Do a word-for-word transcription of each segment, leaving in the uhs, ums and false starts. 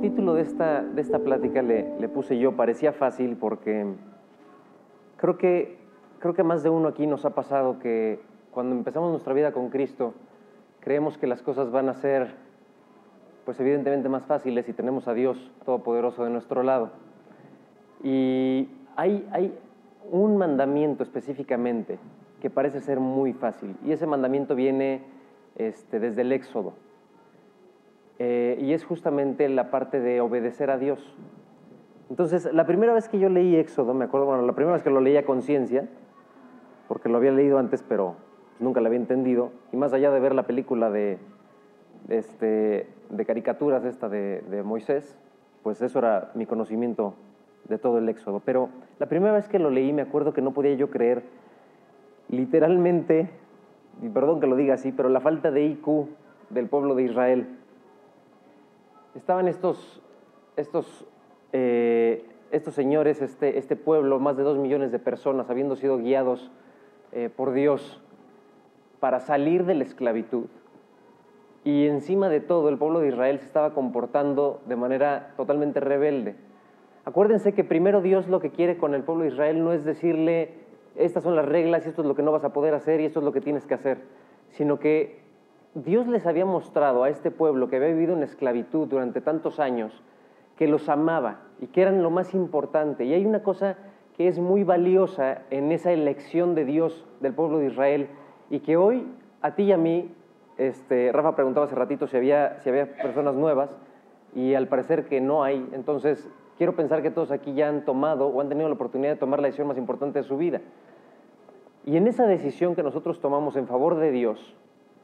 título de esta, de esta plática le, le puse yo, parecía fácil, porque creo que, creo que más de uno aquí nos ha pasado que cuando empezamos nuestra vida con Cristo, creemos que las cosas van a ser, pues evidentemente más fáciles si tenemos a Dios Todopoderoso de nuestro lado. Y hay, hay un mandamiento específicamente que parece ser muy fácil, y ese mandamiento viene este, desde el Éxodo. Eh, y es justamente la parte de obedecer a Dios. Entonces, la primera vez que yo leí Éxodo, me acuerdo, bueno, la primera vez que lo leí a conciencia, porque lo había leído antes, pero nunca lo había entendido, y más allá de ver la película de, de, este, de caricaturas esta de, de Moisés, pues eso era mi conocimiento de todo el Éxodo. Pero la primera vez que lo leí, me acuerdo que no podía yo creer, literalmente, y perdón que lo diga así, pero la falta de I Q del pueblo de Israel. Estaban estos, estos, eh, estos señores, este, este pueblo, más de dos millones de personas, habiendo sido guiados eh, por Dios para salir de la esclavitud. Y encima de todo, el pueblo de Israel se estaba comportando de manera totalmente rebelde. Acuérdense que primero Dios lo que quiere con el pueblo de Israel no es decirle, estas son las reglas y esto es lo que no vas a poder hacer y esto es lo que tienes que hacer, sino que Dios les había mostrado a este pueblo que había vivido en esclavitud durante tantos años, que los amaba y que eran lo más importante. Y hay una cosa que es muy valiosa en esa elección de Dios del pueblo de Israel, y que hoy a ti y a mí, este, Rafa preguntaba hace ratito si había, si había personas nuevas, y al parecer que no hay. Entonces quiero pensar que todos aquí ya han tomado o han tenido la oportunidad de tomar la decisión más importante de su vida. Y en esa decisión que nosotros tomamos en favor de Dios,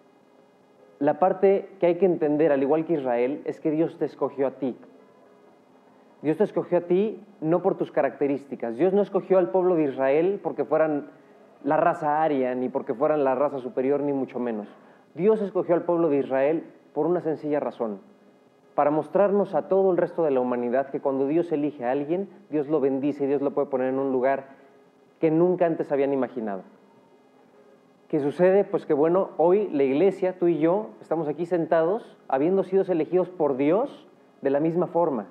la parte que hay que entender, al igual que Israel, es que Dios te escogió a ti. Dios te escogió a ti no por tus características. Dios no escogió al pueblo de Israel porque fueran la raza aria, ni porque fueran la raza superior, ni mucho menos. Dios escogió al pueblo de Israel por una sencilla razón: para mostrarnos a todo el resto de la humanidad que cuando Dios elige a alguien, Dios lo bendice y Dios lo puede poner en un lugar que nunca antes habían imaginado. ¿Qué sucede? Pues que bueno, hoy la iglesia, tú y yo, estamos aquí sentados, habiendo sido elegidos por Dios de la misma forma.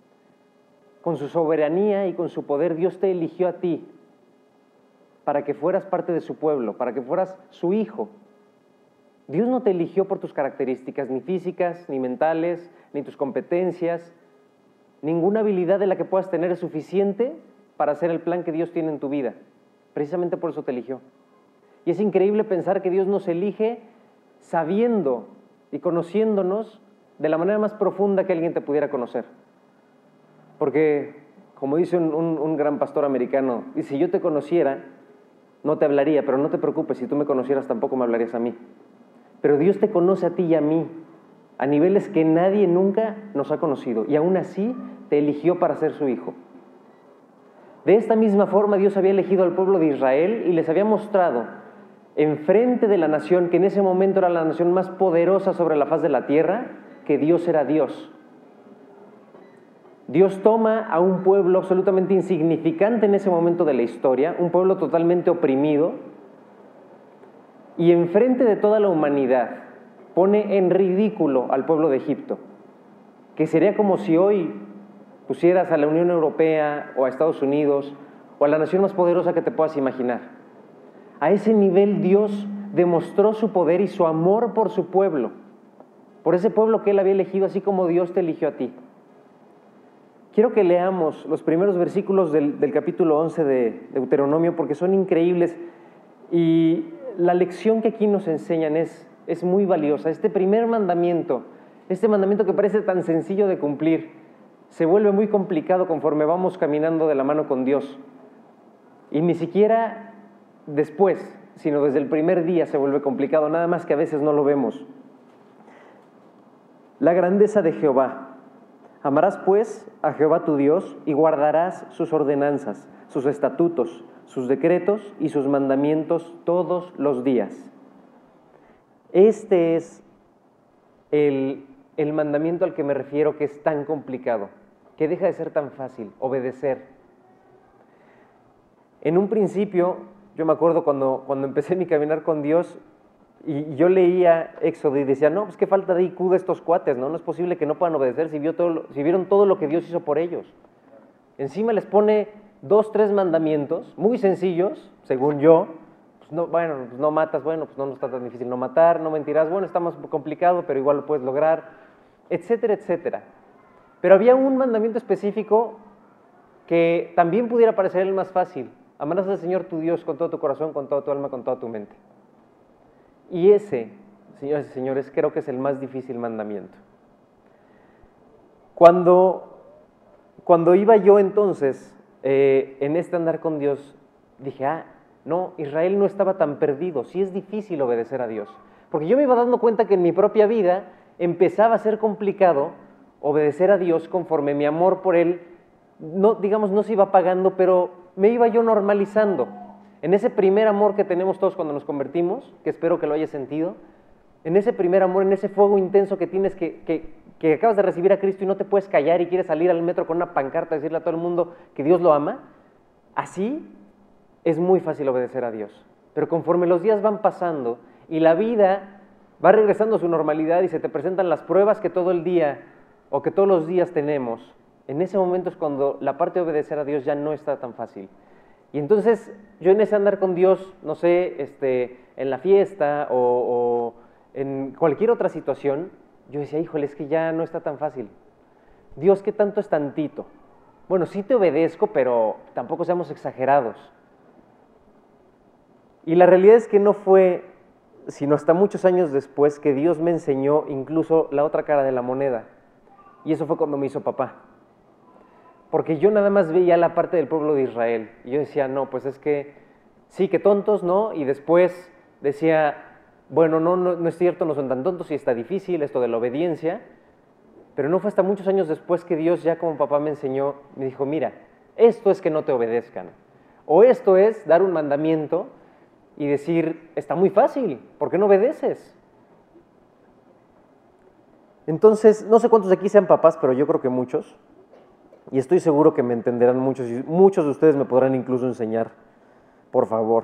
Con su soberanía y con su poder, Dios te eligió a ti para que fueras parte de su pueblo, para que fueras su hijo. Dios no te eligió por tus características, ni físicas, ni mentales, ni tus competencias. Ninguna habilidad de la que puedas tener es suficiente para hacer el plan que Dios tiene en tu vida. Precisamente por eso te eligió. Y es increíble pensar que Dios nos elige sabiendo y conociéndonos de la manera más profunda que alguien te pudiera conocer. Porque, como dice un, un, un gran pastor americano, dice, si yo te conociera, no te hablaría, pero no te preocupes, si tú me conocieras tampoco me hablarías a mí. Pero Dios te conoce a ti y a mí, a niveles que nadie nunca nos ha conocido, y aún así te eligió para ser su hijo. De esta misma forma, Dios había elegido al pueblo de Israel y les había mostrado enfrente de la nación, que en ese momento era la nación más poderosa sobre la faz de la tierra, que Dios era Dios. Dios toma a un pueblo absolutamente insignificante en ese momento de la historia, un pueblo totalmente oprimido, y enfrente de toda la humanidad pone en ridículo al pueblo de Egipto, que sería como si hoy pusieras a la Unión Europea o a Estados Unidos o a la nación más poderosa que te puedas imaginar. A ese nivel Dios demostró su poder y su amor por su pueblo, por ese pueblo que Él había elegido, así como Dios te eligió a ti. Quiero que leamos los primeros versículos del, del capítulo once de Deuteronomio, porque son increíbles, y la lección que aquí nos enseñan es, es muy valiosa. Este primer mandamiento, este mandamiento que parece tan sencillo de cumplir, se vuelve muy complicado conforme vamos caminando de la mano con Dios. Y ni siquiera después, sino desde el primer día se vuelve complicado, nada más que a veces no lo vemos. La grandeza de Jehová. Amarás pues a Jehová tu Dios y guardarás sus ordenanzas, sus estatutos, sus decretos y sus mandamientos todos los días. Este es el, el mandamiento al que me refiero, que es tan complicado, que deja de ser tan fácil: obedecer. En un principio, yo me acuerdo cuando, cuando empecé mi caminar con Dios, Y yo leía Éxodo y decía, no, pues qué falta de I Q de estos cuates, ¿no? No es posible que no puedan obedecer si, vio todo lo, si vieron todo lo que Dios hizo por ellos. Encima les pone dos, tres mandamientos, muy sencillos, según yo. Pues no, bueno, pues no matas, bueno, pues no, no está tan difícil no matar, no mentirás, bueno, está más complicado, pero igual lo puedes lograr, etcétera, etcétera. Pero había un mandamiento específico que también pudiera parecer el más fácil. Amarás al Señor tu Dios con todo tu corazón, con toda tu alma, con toda tu mente. Y ese, señoras y señores, creo que es el más difícil mandamiento. Cuando, cuando iba yo entonces eh, en este andar con Dios, dije, ah, no, Israel no estaba tan perdido, sí es difícil obedecer a Dios. Porque yo me iba dando cuenta que en mi propia vida empezaba a ser complicado obedecer a Dios conforme mi amor por Él, no, digamos, no se iba apagando, pero me iba yo normalizando. En ese primer amor que tenemos todos cuando nos convertimos, que espero que lo hayas sentido, en ese primer amor, en ese fuego intenso que tienes, que, que, que acabas de recibir a Cristo y no te puedes callar y quieres salir al metro con una pancarta a decirle a todo el mundo que Dios lo ama, así es muy fácil obedecer a Dios. Pero conforme los días van pasando y la vida va regresando a su normalidad y se te presentan las pruebas que todo el día o que todos los días tenemos, en ese momento es cuando la parte de obedecer a Dios ya no está tan fácil. Y entonces yo en ese andar con Dios, no sé, este, en la fiesta o, o en cualquier otra situación, yo decía, híjole, es que ya no está tan fácil. Dios, ¿qué tanto es tantito? Bueno, sí te obedezco, pero tampoco seamos exagerados. Y la realidad es que no fue, sino hasta muchos años después, que Dios me enseñó incluso la otra cara de la moneda. Y eso fue cuando me hizo papá. Porque yo nada más veía la parte del pueblo de Israel. Y yo decía, no, pues es que sí, que tontos, ¿no? Y después decía, bueno, no, no, no es cierto, no son tan tontos y está difícil esto de la obediencia. Pero no fue hasta muchos años después que Dios ya como papá me enseñó, me dijo, mira, esto es que no te obedezcan. O esto es dar un mandamiento y decir, está muy fácil, ¿por qué no obedeces? Entonces, no sé cuántos de aquí sean papás, pero yo creo que muchos. Y estoy seguro que me entenderán muchos, y muchos de ustedes me podrán incluso enseñar, por favor.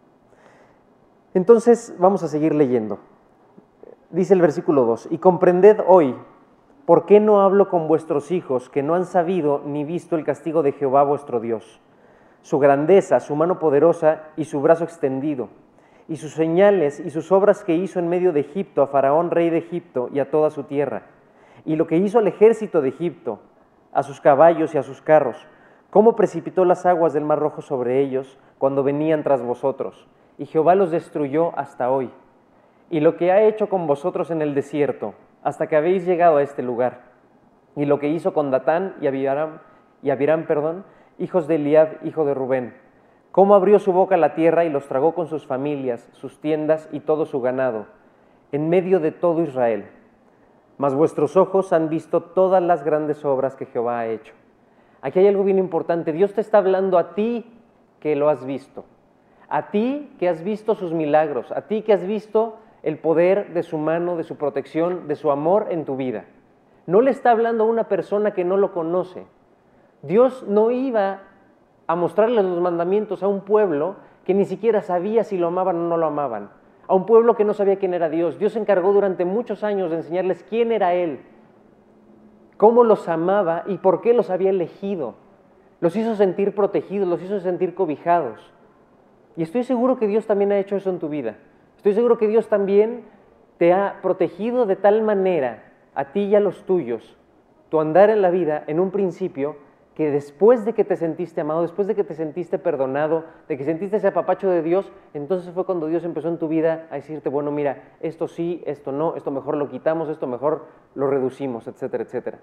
Entonces, vamos a seguir leyendo. Dice el versículo dos, y comprended hoy, ¿por qué no hablo con vuestros hijos que no han sabido ni visto el castigo de Jehová vuestro Dios? Su grandeza, su mano poderosa y su brazo extendido, y sus señales y sus obras que hizo en medio de Egipto a Faraón, rey de Egipto, y a toda su tierra, y lo que hizo al ejército de Egipto, a sus caballos y a sus carros, cómo precipitó las aguas del mar Rojo sobre ellos cuando venían tras vosotros, y Jehová los destruyó hasta hoy, y lo que ha hecho con vosotros en el desierto, hasta que habéis llegado a este lugar, y lo que hizo con Datán y Abiram, y Abiram, perdón, hijos de Eliab, hijo de Rubén, cómo abrió su boca la tierra y los tragó con sus familias, sus tiendas y todo su ganado, en medio de todo Israel. Mas vuestros ojos han visto todas las grandes obras que Jehová ha hecho. Aquí hay algo bien importante. Dios te está hablando a ti que lo has visto. A ti que has visto sus milagros. A ti que has visto el poder de su mano, de su protección, de su amor en tu vida. No le está hablando a una persona que no lo conoce. Dios no iba a mostrarles los mandamientos a un pueblo que ni siquiera sabía si lo amaban o no lo amaban. A un pueblo que no sabía quién era Dios. Dios se encargó durante muchos años de enseñarles quién era Él, cómo los amaba y por qué los había elegido. Los hizo sentir protegidos, los hizo sentir cobijados. Y estoy seguro que Dios también ha hecho eso en tu vida. Estoy seguro que Dios también te ha protegido de tal manera, a ti y a los tuyos, tu andar en la vida en un principio, que después de que te sentiste amado, después de que te sentiste perdonado, de que sentiste ese apapacho de Dios, entonces fue cuando Dios empezó en tu vida a decirte, bueno, mira, esto sí, esto no, esto mejor lo quitamos, esto mejor lo reducimos, etcétera, etcétera.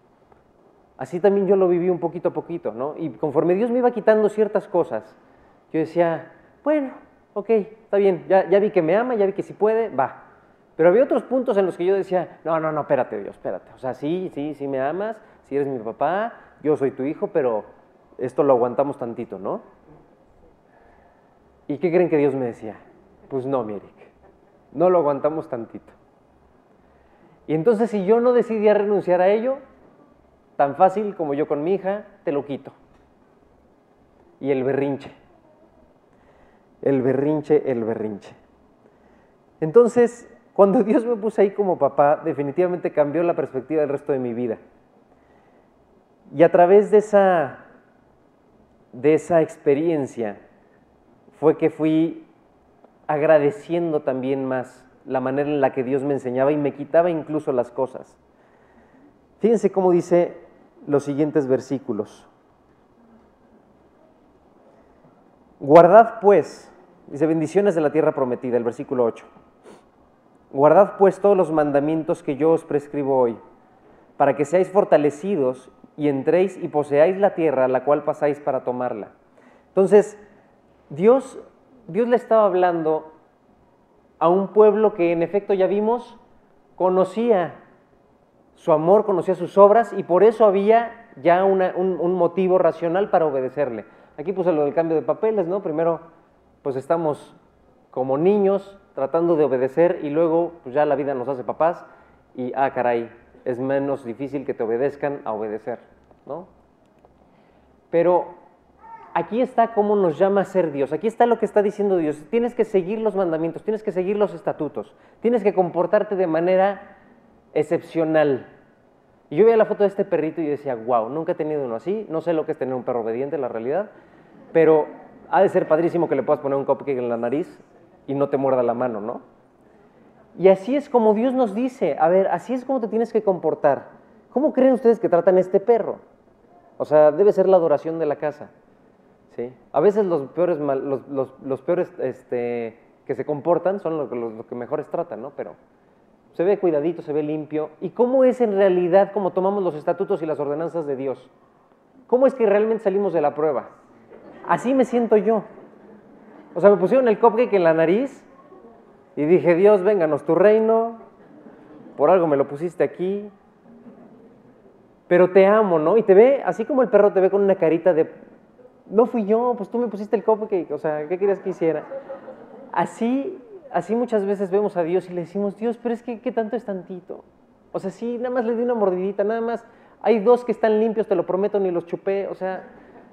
Así también yo lo viví un poquito a poquito, ¿no? Y conforme Dios me iba quitando ciertas cosas, yo decía, bueno, ok, está bien, ya, ya vi que me ama, ya vi que si puede, va. Pero había otros puntos en los que yo decía, no, no, no, espérate Dios, espérate. O sea, sí, sí, sí me amas, sí eres mi papá, yo soy tu hijo, pero esto lo aguantamos tantito, ¿no? ¿Y qué creen que Dios me decía? Pues no, mi Eric, no lo aguantamos tantito. Y entonces si yo no decidía renunciar a ello, tan fácil como yo con mi hija, te lo quito. Y el berrinche, el berrinche, el berrinche. Entonces, cuando Dios me puso ahí como papá, definitivamente cambió la perspectiva del resto de mi vida. Y a través de esa, de esa experiencia fue que fui agradeciendo también más la manera en la que Dios me enseñaba y me quitaba incluso las cosas. Fíjense cómo dice los siguientes versículos. Guardad pues, dice, bendiciones de la tierra prometida, el versículo ocho. Guardad pues todos los mandamientos que yo os prescribo hoy, para que seáis fortalecidos y entréis y poseáis la tierra a la cual pasáis para tomarla. Entonces, Dios, Dios le estaba hablando a un pueblo que en efecto ya vimos, conocía su amor, conocía sus obras y por eso había ya una, un, un motivo racional para obedecerle. Aquí puse lo del cambio de papeles, ¿no? Primero, pues estamos como niños tratando de obedecer y luego pues ya la vida nos hace papás y, ah, caray, es menos difícil que te obedezcan a obedecer, ¿no? Pero aquí está cómo nos llama a ser Dios, aquí está lo que está diciendo Dios, tienes que seguir los mandamientos, tienes que seguir los estatutos, tienes que comportarte de manera excepcional. Y yo veía la foto de este perrito y yo decía, wow, nunca he tenido uno así, no sé lo que es tener un perro obediente, la realidad, pero ha de ser padrísimo que le puedas poner un cupcake en la nariz y no te muerda la mano, ¿no? Y así es como Dios nos dice, a ver, así es como te tienes que comportar. ¿Cómo creen ustedes que tratan a este perro? O sea, debe ser la adoración de la casa, ¿sí? A veces los peores, los, los, los peores este, que se comportan son los, los, los que mejores tratan, ¿no? Pero se ve cuidadito, se ve limpio. ¿Y cómo es en realidad como tomamos los estatutos y las ordenanzas de Dios? ¿Cómo es que realmente salimos de la prueba? Así me siento yo. O sea, me pusieron el cupcake en la nariz y dije, Dios, vénganos tu reino, por algo me lo pusiste aquí, pero te amo, ¿no? Y te ve, así como el perro te ve con una carita de, no fui yo, pues tú me pusiste el cupcake, o sea, ¿qué querías que hiciera? Así, así muchas veces vemos a Dios y le decimos, Dios, pero es que, ¿qué tanto es tantito? O sea, sí, nada más le di una mordidita, nada más, hay dos que están limpios, te lo prometo, ni los chupé, o sea...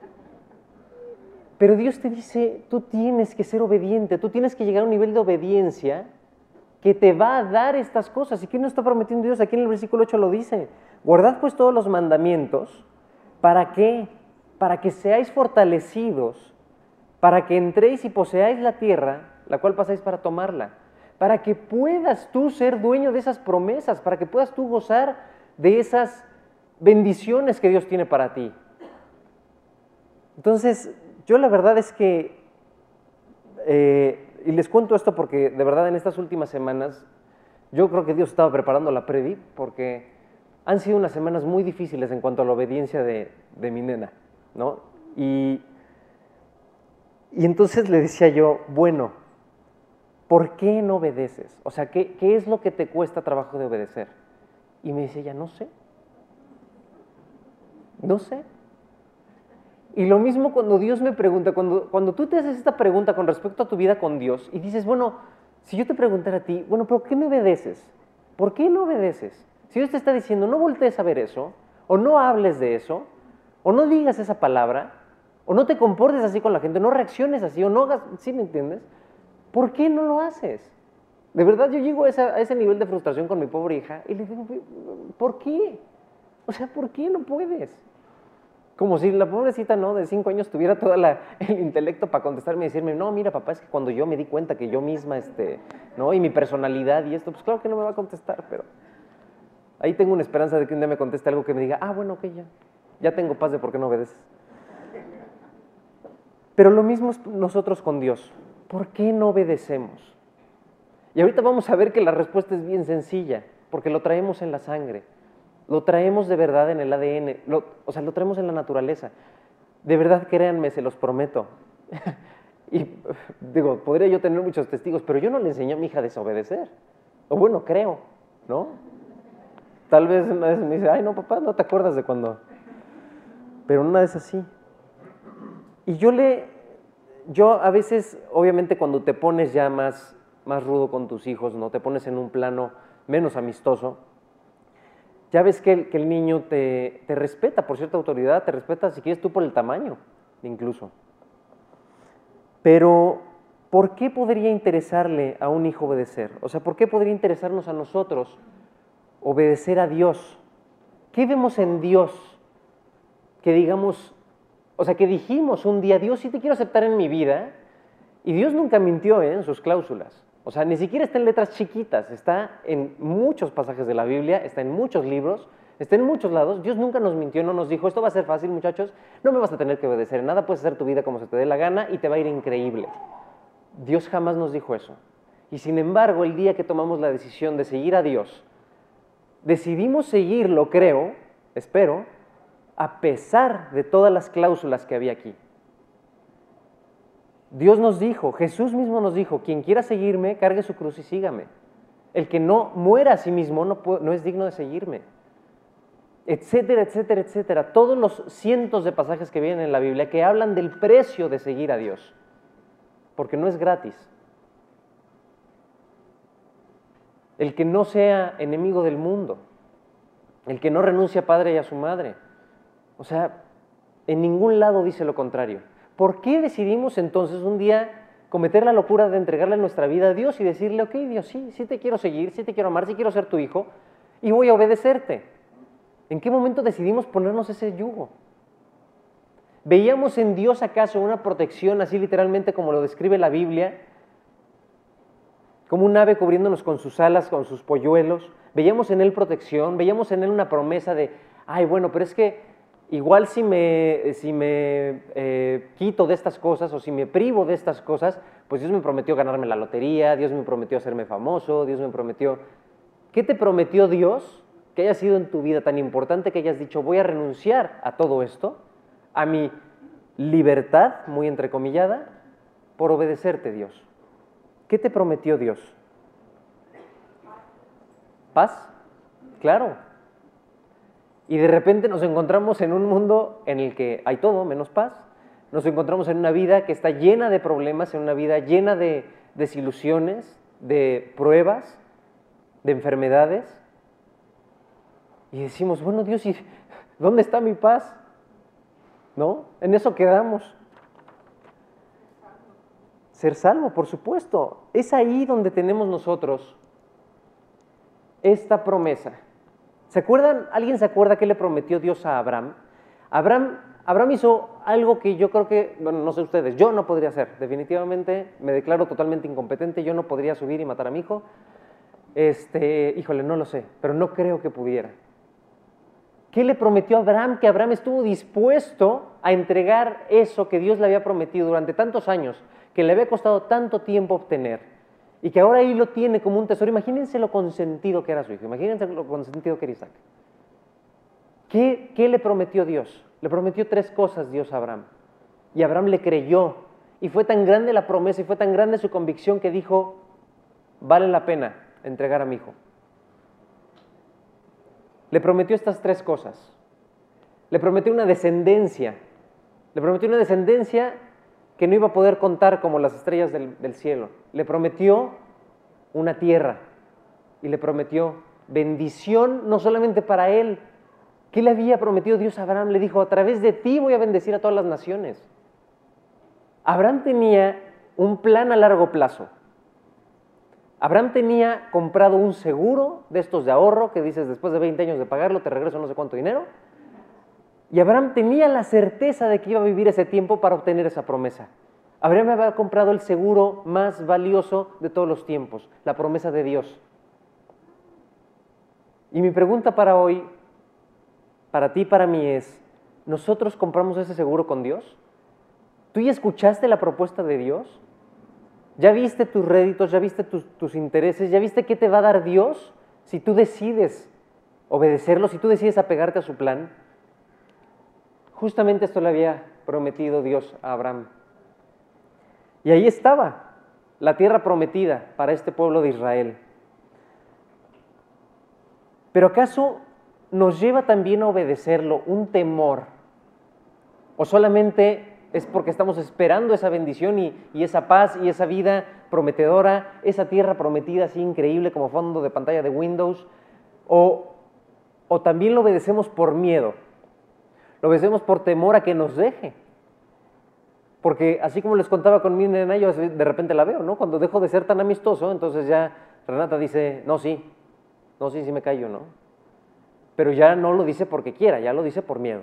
Pero Dios te dice, tú tienes que ser obediente, tú tienes que llegar a un nivel de obediencia que te va a dar estas cosas. ¿Y qué nos está prometiendo Dios? Aquí en el versículo ocho lo dice, guardad pues todos los mandamientos, ¿para qué? Para que seáis fortalecidos, para que entréis y poseáis la tierra, la cual pasáis para tomarla, para que puedas tú ser dueño de esas promesas, para que puedas tú gozar de esas bendiciones que Dios tiene para ti. Entonces, yo la verdad es que, eh, y les cuento esto porque de verdad en estas últimas semanas, yo creo que Dios estaba preparando la predi, porque han sido unas semanas muy difíciles en cuanto a la obediencia de, de mi nena, ¿no? Y, y entonces le decía yo, bueno, ¿por qué no obedeces? O sea, ¿qué, qué es lo que te cuesta trabajo de obedecer? Y me dice ella, no sé, no sé. Y lo mismo cuando Dios me pregunta, cuando, cuando tú te haces esta pregunta con respecto a tu vida con Dios y dices, bueno, si yo te preguntara a ti, bueno, ¿por qué me obedeces? ¿Por qué no obedeces? Si Dios te está diciendo, no voltees a ver eso, o no hables de eso, o no digas esa palabra, o no te comportes así con la gente, no reacciones así, o no hagas, ¿sí me entiendes? ¿Por qué no lo haces? De verdad yo llego a, esa, a ese nivel de frustración con mi pobre hija y le digo, ¿por qué? O sea, ¿por qué no puedes? Como si la pobrecita, ¿no?, de cinco años tuviera todo el intelecto para contestarme y decirme, no, mira, papá, es que cuando yo me di cuenta que yo misma, este, ¿no?, y mi personalidad y esto, pues claro que no me va a contestar, pero ahí tengo una esperanza de que un día me conteste algo que me diga, ah, bueno, ok, ya, ya tengo paz de por qué no obedeces. Pero lo mismo es nosotros con Dios. ¿Por qué no obedecemos? Y ahorita vamos a ver que la respuesta es bien sencilla, porque lo traemos en la sangre. Lo traemos de verdad en el A D N, lo, o sea, lo traemos en la naturaleza. De verdad, créanme, se los prometo. Y digo, podría yo tener muchos testigos, pero yo no le enseñé a mi hija a desobedecer. O bueno, creo, ¿no? Tal vez una vez me dice, ay, no, papá, no te acuerdas de cuando... Pero una vez así. Y yo le... Yo a veces, obviamente, cuando te pones ya más, más rudo con tus hijos, ¿no? Te pones en un plano menos amistoso, ya ves que el, que el niño te, te respeta por cierta autoridad, te respeta si quieres tú por el tamaño, incluso. Pero ¿por qué podría interesarle a un hijo obedecer? O sea, ¿por qué podría interesarnos a nosotros obedecer a Dios? ¿Qué vemos en Dios que digamos, o sea, que dijimos un día, Dios, sí te quiero aceptar en mi vida? Y Dios nunca mintió, ¿eh?, en sus cláusulas. O sea, ni siquiera está en letras chiquitas, está en muchos pasajes de la Biblia, está en muchos libros, está en muchos lados. Dios nunca nos mintió, no nos dijo, esto va a ser fácil, muchachos, no me vas a tener que obedecer en nada, puedes hacer tu vida como se te dé la gana y te va a ir increíble. Dios jamás nos dijo eso. Y sin embargo, el día que tomamos la decisión de seguir a Dios, decidimos seguirlo, creo, espero, a pesar de todas las cláusulas que había aquí. Dios nos dijo, Jesús mismo nos dijo, quien quiera seguirme, cargue su cruz y sígame. El que no muera a sí mismo no, puede, no es digno de seguirme. Etcétera, etcétera, etcétera. Todos los cientos de pasajes que vienen en la Biblia que hablan del precio de seguir a Dios. Porque no es gratis. El que no sea enemigo del mundo. El que no renuncie a padre y a su madre. O sea, en ningún lado dice lo contrario. ¿Por qué decidimos entonces un día cometer la locura de entregarle nuestra vida a Dios y decirle, ok, Dios, sí, sí te quiero seguir, sí te quiero amar, sí quiero ser tu hijo y voy a obedecerte? ¿En qué momento decidimos ponernos ese yugo? ¿Veíamos en Dios acaso una protección, así literalmente como lo describe la Biblia? Como un ave cubriéndonos con sus alas, con sus polluelos. ¿Veíamos en Él protección? ¿Veíamos en Él una promesa de, ay, bueno, pero es que igual si me, si me eh, quito de estas cosas o si me privo de estas cosas, pues Dios me prometió ganarme la lotería, Dios me prometió hacerme famoso, Dios me prometió... ¿Qué te prometió Dios que haya sido en tu vida tan importante que hayas dicho, voy a renunciar a todo esto, a mi libertad, muy entrecomillada, por obedecerte, Dios? ¿Qué te prometió Dios? ¿Paz? Claro. Y de repente nos encontramos en un mundo en el que hay todo menos paz. Nos encontramos en una vida que está llena de problemas, en una vida llena de desilusiones, de pruebas, de enfermedades. Y decimos, bueno, Dios, ¿y dónde está mi paz? ¿No? En eso quedamos. Ser salvo, por supuesto. Es ahí donde tenemos nosotros esta promesa. ¿Se acuerdan? ¿Alguien se acuerda qué le prometió Dios a Abraham? Abraham, Abraham hizo algo que yo creo que, bueno, no sé ustedes, yo no podría hacer. Definitivamente me declaro totalmente incompetente, yo no podría subir y matar a mi hijo. Este, híjole, no lo sé, pero no creo que pudiera. ¿Qué le prometió a Abraham? Que Abraham estuvo dispuesto a entregar eso que Dios le había prometido durante tantos años, que le había costado tanto tiempo obtener. Y que ahora ahí lo tiene como un tesoro. Imagínense lo consentido que era su hijo, imagínense lo consentido que era Isaac. ¿Qué, qué le prometió Dios? Le prometió tres cosas Dios a Abraham. Y Abraham le creyó. Y fue tan grande la promesa y fue tan grande su convicción que dijo, vale la pena entregar a mi hijo. Le prometió estas tres cosas. Le prometió una descendencia. Le prometió una descendencia que no iba a poder contar como las estrellas del, del cielo. Le prometió una tierra y le prometió bendición no solamente para él. ¿Qué le había prometido Dios a Abraham? Le dijo, a través de ti voy a bendecir a todas las naciones. Abraham tenía un plan a largo plazo. Abraham tenía comprado un seguro de estos de ahorro que dices, después de veinte años de pagarlo te regreso no sé cuánto dinero. Y Abraham tenía la certeza de que iba a vivir ese tiempo para obtener esa promesa. Abraham había comprado el seguro más valioso de todos los tiempos, la promesa de Dios. Y mi pregunta para hoy, para ti y para mí es, ¿nosotros compramos ese seguro con Dios? ¿Tú ya escuchaste la propuesta de Dios? ¿Ya viste tus réditos? ¿Ya viste tus, tus intereses? ¿Ya viste qué te va a dar Dios si tú decides obedecerlo, si tú decides apegarte a su plan? Justamente esto le había prometido Dios a Abraham. Y ahí estaba, la tierra prometida para este pueblo de Israel. Pero ¿acaso nos lleva también a obedecerlo un temor? ¿O solamente es porque estamos esperando esa bendición y, y esa paz y esa vida prometedora, esa tierra prometida así increíble como fondo de pantalla de Windows? ¿O, o también lo obedecemos por miedo? Lo obedecemos por temor a que nos deje. Porque así como les contaba con mi nena, yo de repente la veo, ¿no? Cuando dejo de ser tan amistoso, entonces ya Renata dice, no, sí, no, sí, sí me callo, ¿no? Pero ya no lo dice porque quiera, ya lo dice por miedo.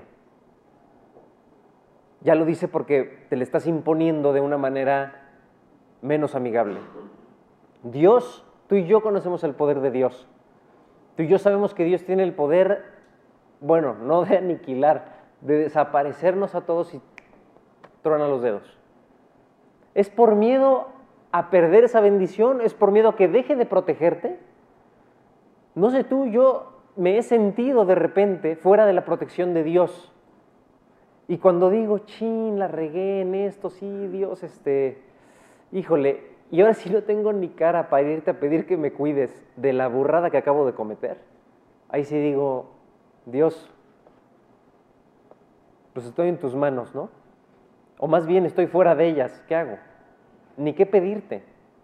Ya lo dice porque te le estás imponiendo de una manera menos amigable. Dios, tú y yo conocemos el poder de Dios. Tú y yo sabemos que Dios tiene el poder, bueno, no de aniquilar, de desaparecernos a todos y truena los dedos. ¿Es por miedo a perder esa bendición? ¿Es por miedo a que deje de protegerte? No sé tú, yo me he sentido de repente fuera de la protección de Dios. Y cuando digo, chin, la regué en esto, sí, Dios, este, híjole, y ahora sí no tengo ni cara para irte a pedir que me cuides de la burrada que acabo de cometer. Ahí sí digo, Dios, pues estoy en tus manos, ¿no? O más bien estoy fuera de ellas, ¿qué hago? Ni qué pedirte.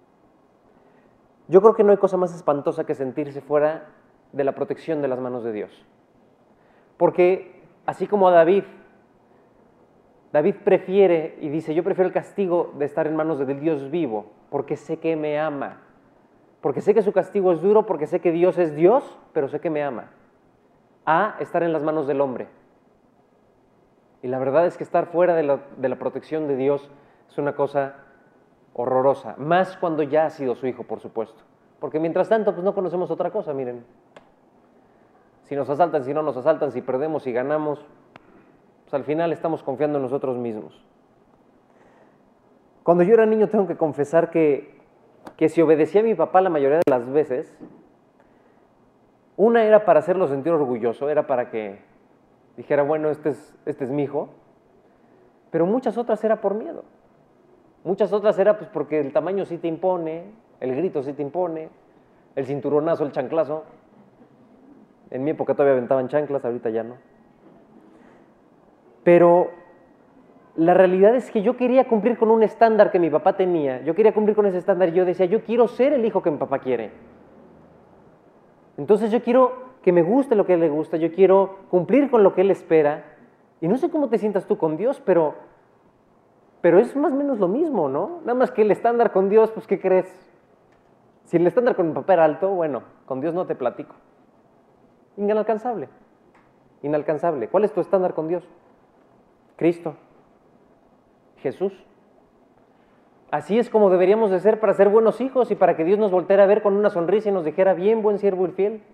Yo creo que no hay cosa más espantosa que sentirse fuera de la protección de las manos de Dios. Porque así como a David, David prefiere y dice, yo prefiero el castigo de estar en manos del Dios vivo, porque sé que me ama. Porque sé que su castigo es duro, porque sé que Dios es Dios, pero sé que me ama. A estar en las manos del hombre. Y la verdad es que estar fuera de la, de la protección de Dios es una cosa horrorosa, más cuando ya ha sido su hijo, por supuesto. Porque mientras tanto, pues no conocemos otra cosa, miren. Si nos asaltan, si no nos asaltan, si perdemos, si ganamos, pues al final estamos confiando en nosotros mismos. Cuando yo era niño tengo que confesar que, que si obedecía a mi papá la mayoría de las veces, una era para hacerlo sentir orgulloso, era para que dijera, bueno, este es, este es mi hijo, pero muchas otras era por miedo. Muchas otras era pues porque el tamaño sí te impone, el grito sí te impone, el cinturonazo, el chanclazo. En mi época todavía aventaban chanclas, ahorita ya no. Pero la realidad es que yo quería cumplir con un estándar que mi papá tenía. Yo quería cumplir con ese estándar y yo decía, yo quiero ser el hijo que mi papá quiere. Entonces yo quiero que me guste lo que a él le gusta, yo quiero cumplir con lo que él espera. Y no sé cómo te sientas tú con Dios, pero, pero es más o menos lo mismo, ¿no? Nada más que el estándar con Dios, pues ¿qué crees? Si el estándar con mi papá era alto, bueno, con Dios no te platico. Inalcanzable, inalcanzable. ¿Cuál es tu estándar con Dios? Cristo, Jesús. Así es como deberíamos de ser para ser buenos hijos y para que Dios nos volteara a ver con una sonrisa y nos dijera, bien, buen siervo y fiel.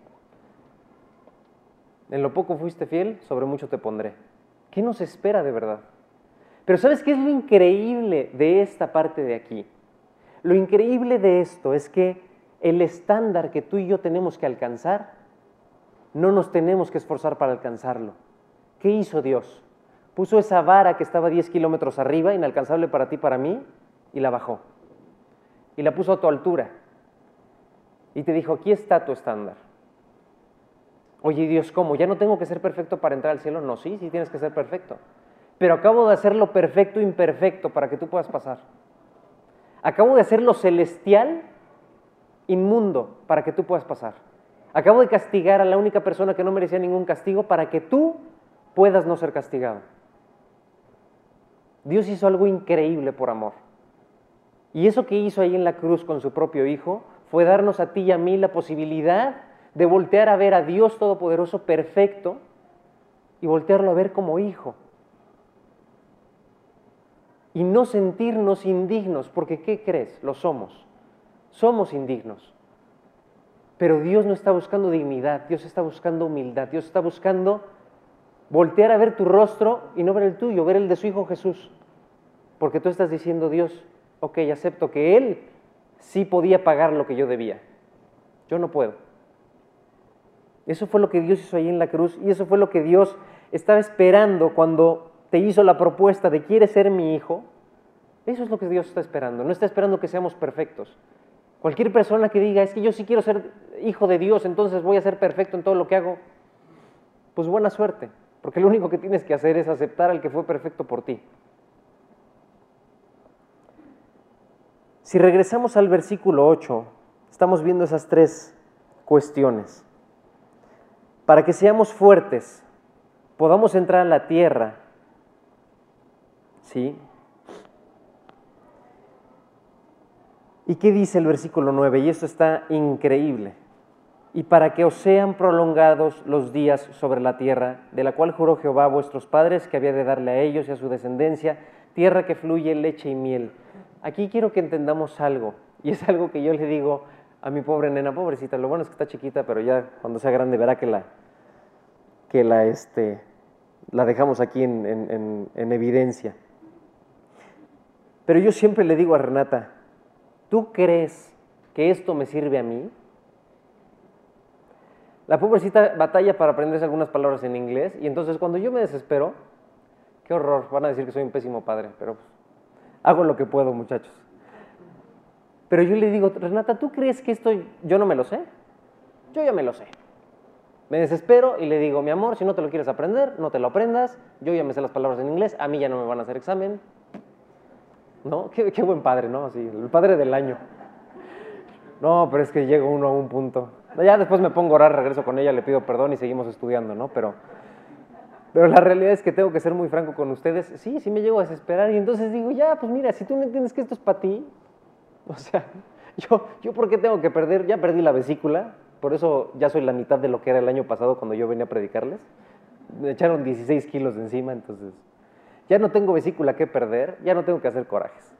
En lo poco fuiste fiel, sobre mucho te pondré. ¿Qué nos espera de verdad? Pero ¿sabes qué es lo increíble de esta parte de aquí? Lo increíble de esto es que el estándar que tú y yo tenemos que alcanzar, no nos tenemos que esforzar para alcanzarlo. ¿Qué hizo Dios? Puso esa vara que estaba diez kilómetros arriba, inalcanzable para ti, para mí, y la bajó. Y la puso a tu altura. Y te dijo, aquí está tu estándar. Oye, Dios, ¿cómo? ¿Ya no tengo que ser perfecto para entrar al cielo? No, sí, sí tienes que ser perfecto. Pero acabo de hacerlo perfecto, imperfecto, para que tú puedas pasar. Acabo de hacerlo celestial, inmundo, para que tú puedas pasar. Acabo de castigar a la única persona que no merecía ningún castigo para que tú puedas no ser castigado. Dios hizo algo increíble por amor. Y eso que hizo ahí en la cruz con su propio Hijo fue darnos a ti y a mí la posibilidad de voltear a ver a Dios Todopoderoso perfecto y voltearlo a ver como hijo. Y no sentirnos indignos, porque ¿qué crees? Lo somos. Somos indignos. Pero Dios no está buscando dignidad, Dios está buscando humildad, Dios está buscando voltear a ver tu rostro y no ver el tuyo, ver el de su Hijo Jesús. Porque tú estás diciendo, Dios, ok, acepto que Él sí podía pagar lo que yo debía. Yo no puedo. Eso fue lo que Dios hizo ahí en la cruz y eso fue lo que Dios estaba esperando cuando te hizo la propuesta de ¿quieres ser mi hijo? Eso es lo que Dios está esperando. No está esperando que seamos perfectos. Cualquier persona que diga, es que yo sí quiero ser hijo de Dios, entonces voy a ser perfecto en todo lo que hago, pues buena suerte, porque lo único que tienes que hacer es aceptar al que fue perfecto por ti. Si regresamos al versículo ocho, estamos viendo esas tres cuestiones. Para que seamos fuertes, podamos entrar a la tierra, ¿sí? ¿Y qué dice el versículo nueve? Y esto está increíble. Y para que os sean prolongados los días sobre la tierra, de la cual juró Jehová a vuestros padres que había de darle a ellos y a su descendencia, tierra que fluye leche y miel. Aquí quiero que entendamos algo, y es algo que yo le digo a mi pobre nena, pobrecita, lo bueno es que está chiquita, pero ya cuando sea grande verá que la, que la, este, la dejamos aquí en, en, en, en evidencia. Pero yo siempre le digo a Renata, ¿tú crees que esto me sirve a mí? La pobrecita batalla para aprenderse algunas palabras en inglés, y entonces cuando yo me desespero, qué horror, van a decir que soy un pésimo padre, pero pues, hago lo que puedo, muchachos. Pero yo le digo, Renata, ¿tú crees que esto yo no me lo sé? Yo ya me lo sé. Me desespero y le digo, mi amor, si no te lo quieres aprender, no te lo aprendas, yo ya me sé las palabras en inglés, a mí ya no me van a hacer examen. ¿No? Qué, qué buen padre, ¿no? Así, el padre del año. No, pero es que llega uno a un punto. Ya después me pongo a orar, regreso con ella, le pido perdón y seguimos estudiando, ¿no? Pero, pero la realidad es que tengo que ser muy franco con ustedes. Sí, sí me llego a desesperar y entonces digo, ya, pues mira, si tú me entiendes que esto es para ti, o sea, yo, yo ¿por qué tengo que perder? Ya perdí la vesícula, por eso ya soy la mitad de lo que era el año pasado cuando yo venía a predicarles. Me echaron dieciséis kilos de encima, entonces ya no tengo vesícula que perder, ya no tengo que hacer corajes.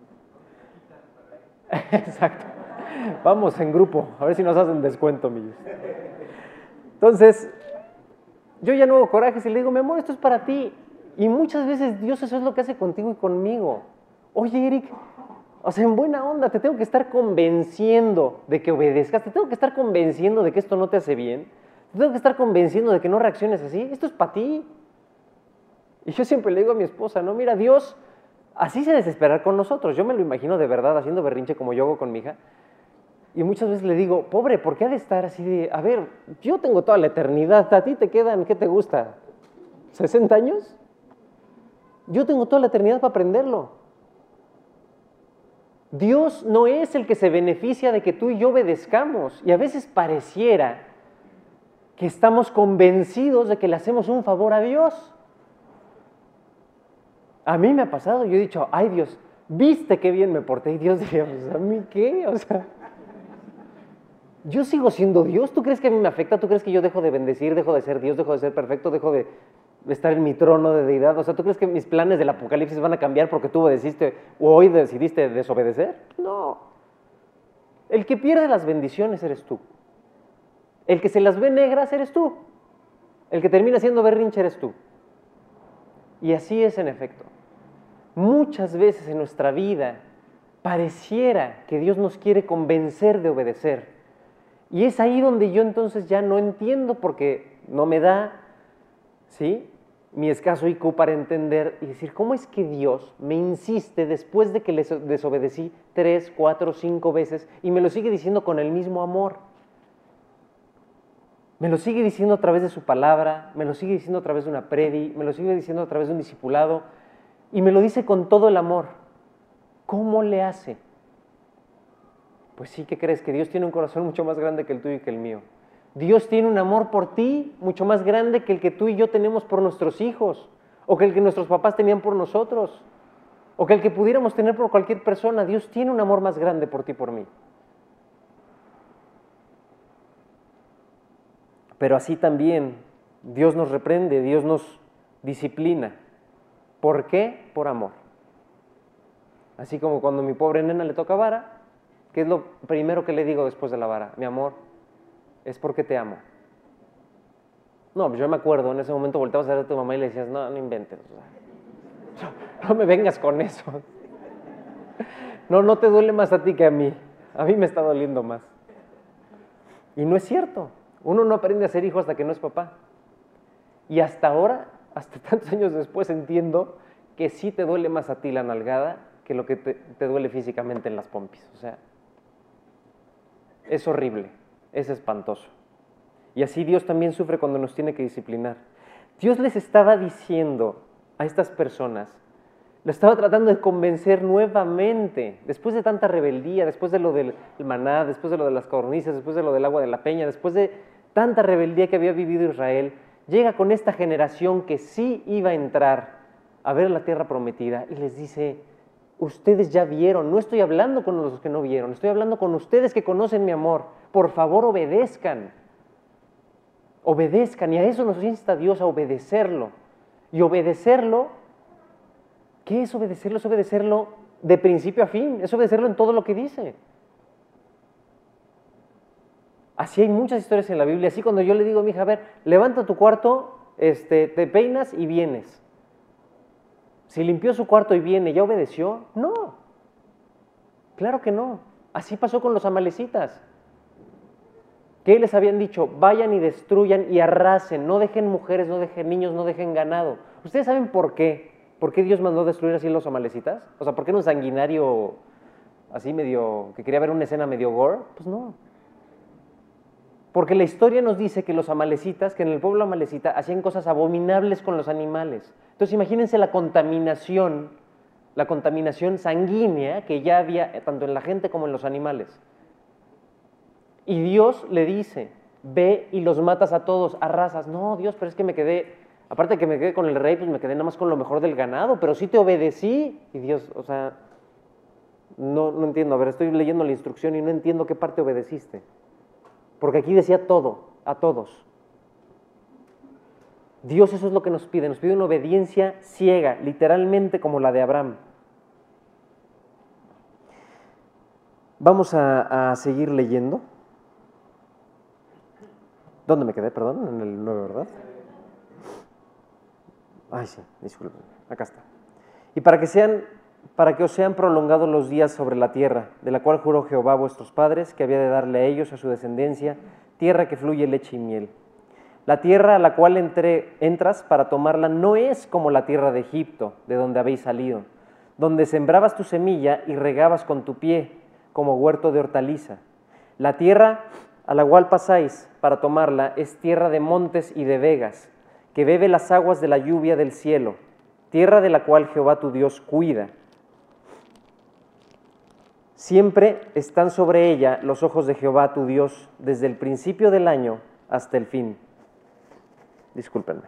Exacto. Vamos en grupo, a ver si nos hacen descuento, amigos. Entonces, yo ya no hago corajes y le digo, mi amor, esto es para ti. Y muchas veces Dios eso es lo que hace contigo y conmigo. Oye, Eric, o sea, en buena onda, te tengo que estar convenciendo de que obedezcas, te tengo que estar convenciendo de que esto no te hace bien, te tengo que estar convenciendo de que no reacciones así, esto es para ti. Y yo siempre le digo a mi esposa, no, mira, Dios así se desespera con nosotros. Yo me lo imagino de verdad haciendo berrinche como yo hago con mi hija. Y muchas veces le digo, pobre, ¿por qué ha de estar así de, a ver, yo tengo toda la eternidad, a ti te quedan, ¿qué te gusta? ¿sesenta años? Yo tengo toda la eternidad para aprenderlo. Dios no es el que se beneficia de que tú y yo obedezcamos. Y a veces pareciera que estamos convencidos de que le hacemos un favor a Dios. A mí me ha pasado, yo he dicho, ay Dios, ¿viste qué bien me porté? Y Dios dice, pues, ¿a mí qué? O sea, yo sigo siendo Dios. ¿Tú crees que a mí me afecta? ¿Tú crees que yo dejo de bendecir, dejo de ser Dios, dejo de ser perfecto, dejo de estar en mi trono de deidad? O sea, ¿tú crees que mis planes del apocalipsis van a cambiar porque tú obedeciste o hoy decidiste desobedecer? No. El que pierde las bendiciones eres tú. El que se las ve negras eres tú. El que termina siendo berrinche eres tú. Y así es en efecto. Muchas veces en nuestra vida pareciera que Dios nos quiere convencer de obedecer. Y es ahí donde yo entonces ya no entiendo porque no me da, ¿sí?, mi escaso I Q para entender y decir, ¿cómo es que Dios me insiste después de que le desobedecí tres, cuatro, cinco veces y me lo sigue diciendo con el mismo amor? Me lo sigue diciendo a través de su palabra, me lo sigue diciendo a través de una predi, me lo sigue diciendo a través de un discipulado y me lo dice con todo el amor. ¿Cómo le hace? Pues sí, ¿qué crees? Que Dios tiene un corazón mucho más grande que el tuyo y que el mío. Dios tiene un amor por ti mucho más grande que el que tú y yo tenemos por nuestros hijos, o que el que nuestros papás tenían por nosotros, o que el que pudiéramos tener por cualquier persona. Dios tiene un amor más grande por ti y por mí. Pero así también Dios nos reprende, Dios nos disciplina. ¿Por qué? Por amor. Así como cuando a mi pobre nena le toca vara, ¿qué es lo primero que le digo después de la vara? Mi amor, es porque te amo. No, pues yo me acuerdo, en ese momento volteabas a ver a tu mamá y le decías, no, no inventes, o sea, no, no me vengas con eso. No, no te duele más a ti que a mí. A mí me está doliendo más. Y no es cierto. Uno no aprende a ser hijo hasta que no es papá. Y hasta ahora, hasta tantos años después, entiendo que sí te duele más a ti la nalgada que lo que te, te duele físicamente en las pompis. O sea, es horrible, es espantoso. Y así Dios también sufre cuando nos tiene que disciplinar. Dios les estaba diciendo a estas personas, lo estaba tratando de convencer nuevamente, después de tanta rebeldía, después de lo del maná, después de lo de las codornices, después de lo del agua de la peña, después de tanta rebeldía que había vivido Israel, llega con esta generación que sí iba a entrar a ver la tierra prometida y les dice, ustedes ya vieron, no estoy hablando con los que no vieron, estoy hablando con ustedes que conocen mi amor. Por favor, obedezcan. Obedezcan, y a eso nos insta Dios, a obedecerlo. Y obedecerlo, ¿qué es obedecerlo? Es obedecerlo de principio a fin, es obedecerlo en todo lo que dice. Así hay muchas historias en la Biblia. Así cuando yo le digo a mi hija, a ver, levanta tu cuarto, este, te peinas y vienes. Si limpió su cuarto y viene, ¿ya obedeció? No. Claro que no. Así pasó con los amalecitas. ¿Qué les habían dicho? Vayan y destruyan y arrasen. No dejen mujeres, no dejen niños, no dejen ganado. ¿Ustedes saben por qué? ¿Por qué Dios mandó destruir así los amalecitas? O sea, ¿por qué era un sanguinario así medio, que quería ver una escena medio gore? Pues no. Porque la historia nos dice que los amalecitas, que en el pueblo amalecita, hacían cosas abominables con los animales. Entonces imagínense la contaminación, la contaminación sanguínea que ya había tanto en la gente como en los animales. Y Dios le dice, ve y los matas a todos, arrasas. No, Dios, pero es que me quedé, aparte de que me quedé con el rey, pues me quedé nada más con lo mejor del ganado, pero sí te obedecí. Y Dios, o sea, no, no entiendo, a ver, estoy leyendo la instrucción y no entiendo qué parte obedeciste. Porque aquí decía todo, a todos. Dios eso es lo que nos pide, nos pide una obediencia ciega, literalmente como la de Abraham. Vamos a, a seguir leyendo. ¿Dónde me quedé? Perdón, en el nueve, ¿verdad? Ay, sí, disculpen, acá está. Y para que sean, para que os sean prolongados los días sobre la tierra, de la cual juró Jehová a vuestros padres, que había de darle a ellos, a su descendencia, tierra que fluye leche y miel. La tierra a la cual entré, entras para tomarla no es como la tierra de Egipto, de donde habéis salido, donde sembrabas tu semilla y regabas con tu pie, como huerto de hortaliza. La tierra a la cual pasáis para tomarla es tierra de montes y de vegas, que bebe las aguas de la lluvia del cielo, tierra de la cual Jehová tu Dios cuida. Siempre están sobre ella los ojos de Jehová tu Dios, desde el principio del año hasta el fin. Discúlpenme.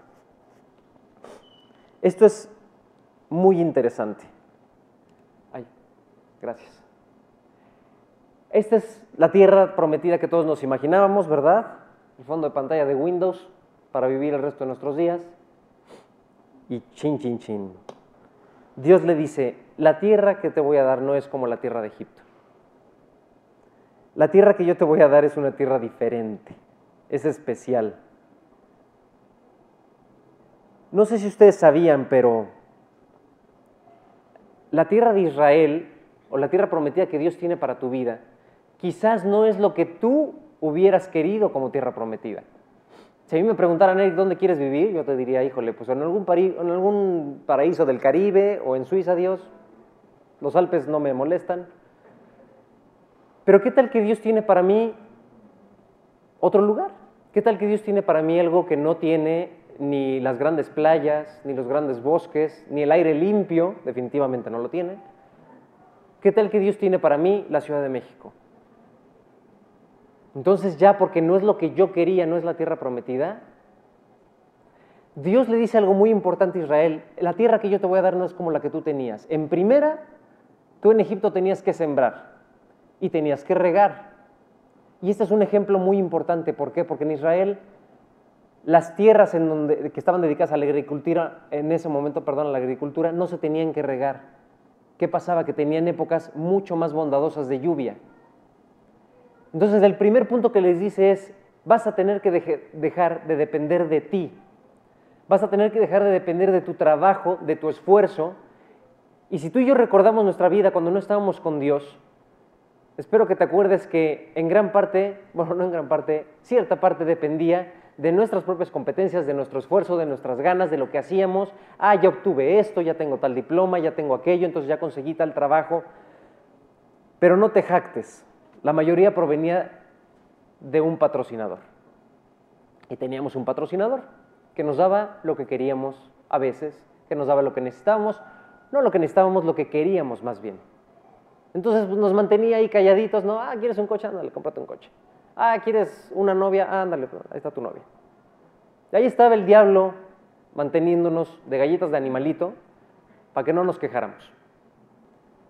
Esto es muy interesante. Ay, gracias. Esta es la tierra prometida que todos nos imaginábamos, ¿verdad? El fondo de pantalla de Windows para vivir el resto de nuestros días. Y chin, chin, chin. Dios le dice, la tierra que te voy a dar no es como la tierra de Egipto. La tierra que yo te voy a dar es una tierra diferente, es especial. No sé si ustedes sabían, pero la tierra de Israel, o la tierra prometida que Dios tiene para tu vida, quizás no es lo que tú hubieras querido como tierra prometida. Si a mí me preguntaran, Eric, ¿dónde quieres vivir? Yo te diría, híjole, pues en algún, pari- en algún paraíso del Caribe o en Suiza, Dios. Los Alpes no me molestan. Pero ¿qué tal que Dios tiene para mí otro lugar? ¿Qué tal que Dios tiene para mí algo que no tiene ni las grandes playas, ni los grandes bosques, ni el aire limpio? Definitivamente no lo tiene. ¿Qué tal que Dios tiene para mí la Ciudad de México? Entonces ya, porque no es lo que yo quería, no es la tierra prometida, Dios le dice algo muy importante a Israel, la tierra que yo te voy a dar no es como la que tú tenías. En primera, tú en Egipto tenías que sembrar y tenías que regar. Y este es un ejemplo muy importante, ¿por qué? Porque en Israel las tierras en donde, que estaban dedicadas a la agricultura, en ese momento, perdón, a la agricultura, no se tenían que regar. ¿Qué pasaba? Que tenían épocas mucho más bondadosas de lluvia. Entonces el primer punto que les dice es, vas a tener que deje, dejar de depender de ti, vas a tener que dejar de depender de tu trabajo, de tu esfuerzo, y si tú y yo recordamos nuestra vida cuando no estábamos con Dios, espero que te acuerdes que en gran parte, bueno, no en gran parte, cierta parte dependía de nuestras propias competencias, de nuestro esfuerzo, de nuestras ganas, de lo que hacíamos. Ah, ya obtuve esto, ya tengo tal diploma, ya tengo aquello, entonces ya conseguí tal trabajo, pero no te jactes. La mayoría provenía de un patrocinador. Y teníamos un patrocinador que nos daba lo que queríamos a veces, que nos daba lo que necesitábamos, no lo que necesitábamos, lo que queríamos más bien. Entonces pues, nos mantenía ahí calladitos, ¿no? Ah, ¿quieres un coche? Ándale, cómprate un coche. Ah, ¿quieres una novia? Ah, ándale, ahí está tu novia. Y ahí estaba el diablo manteniéndonos de galletas de animalito para que no nos quejáramos.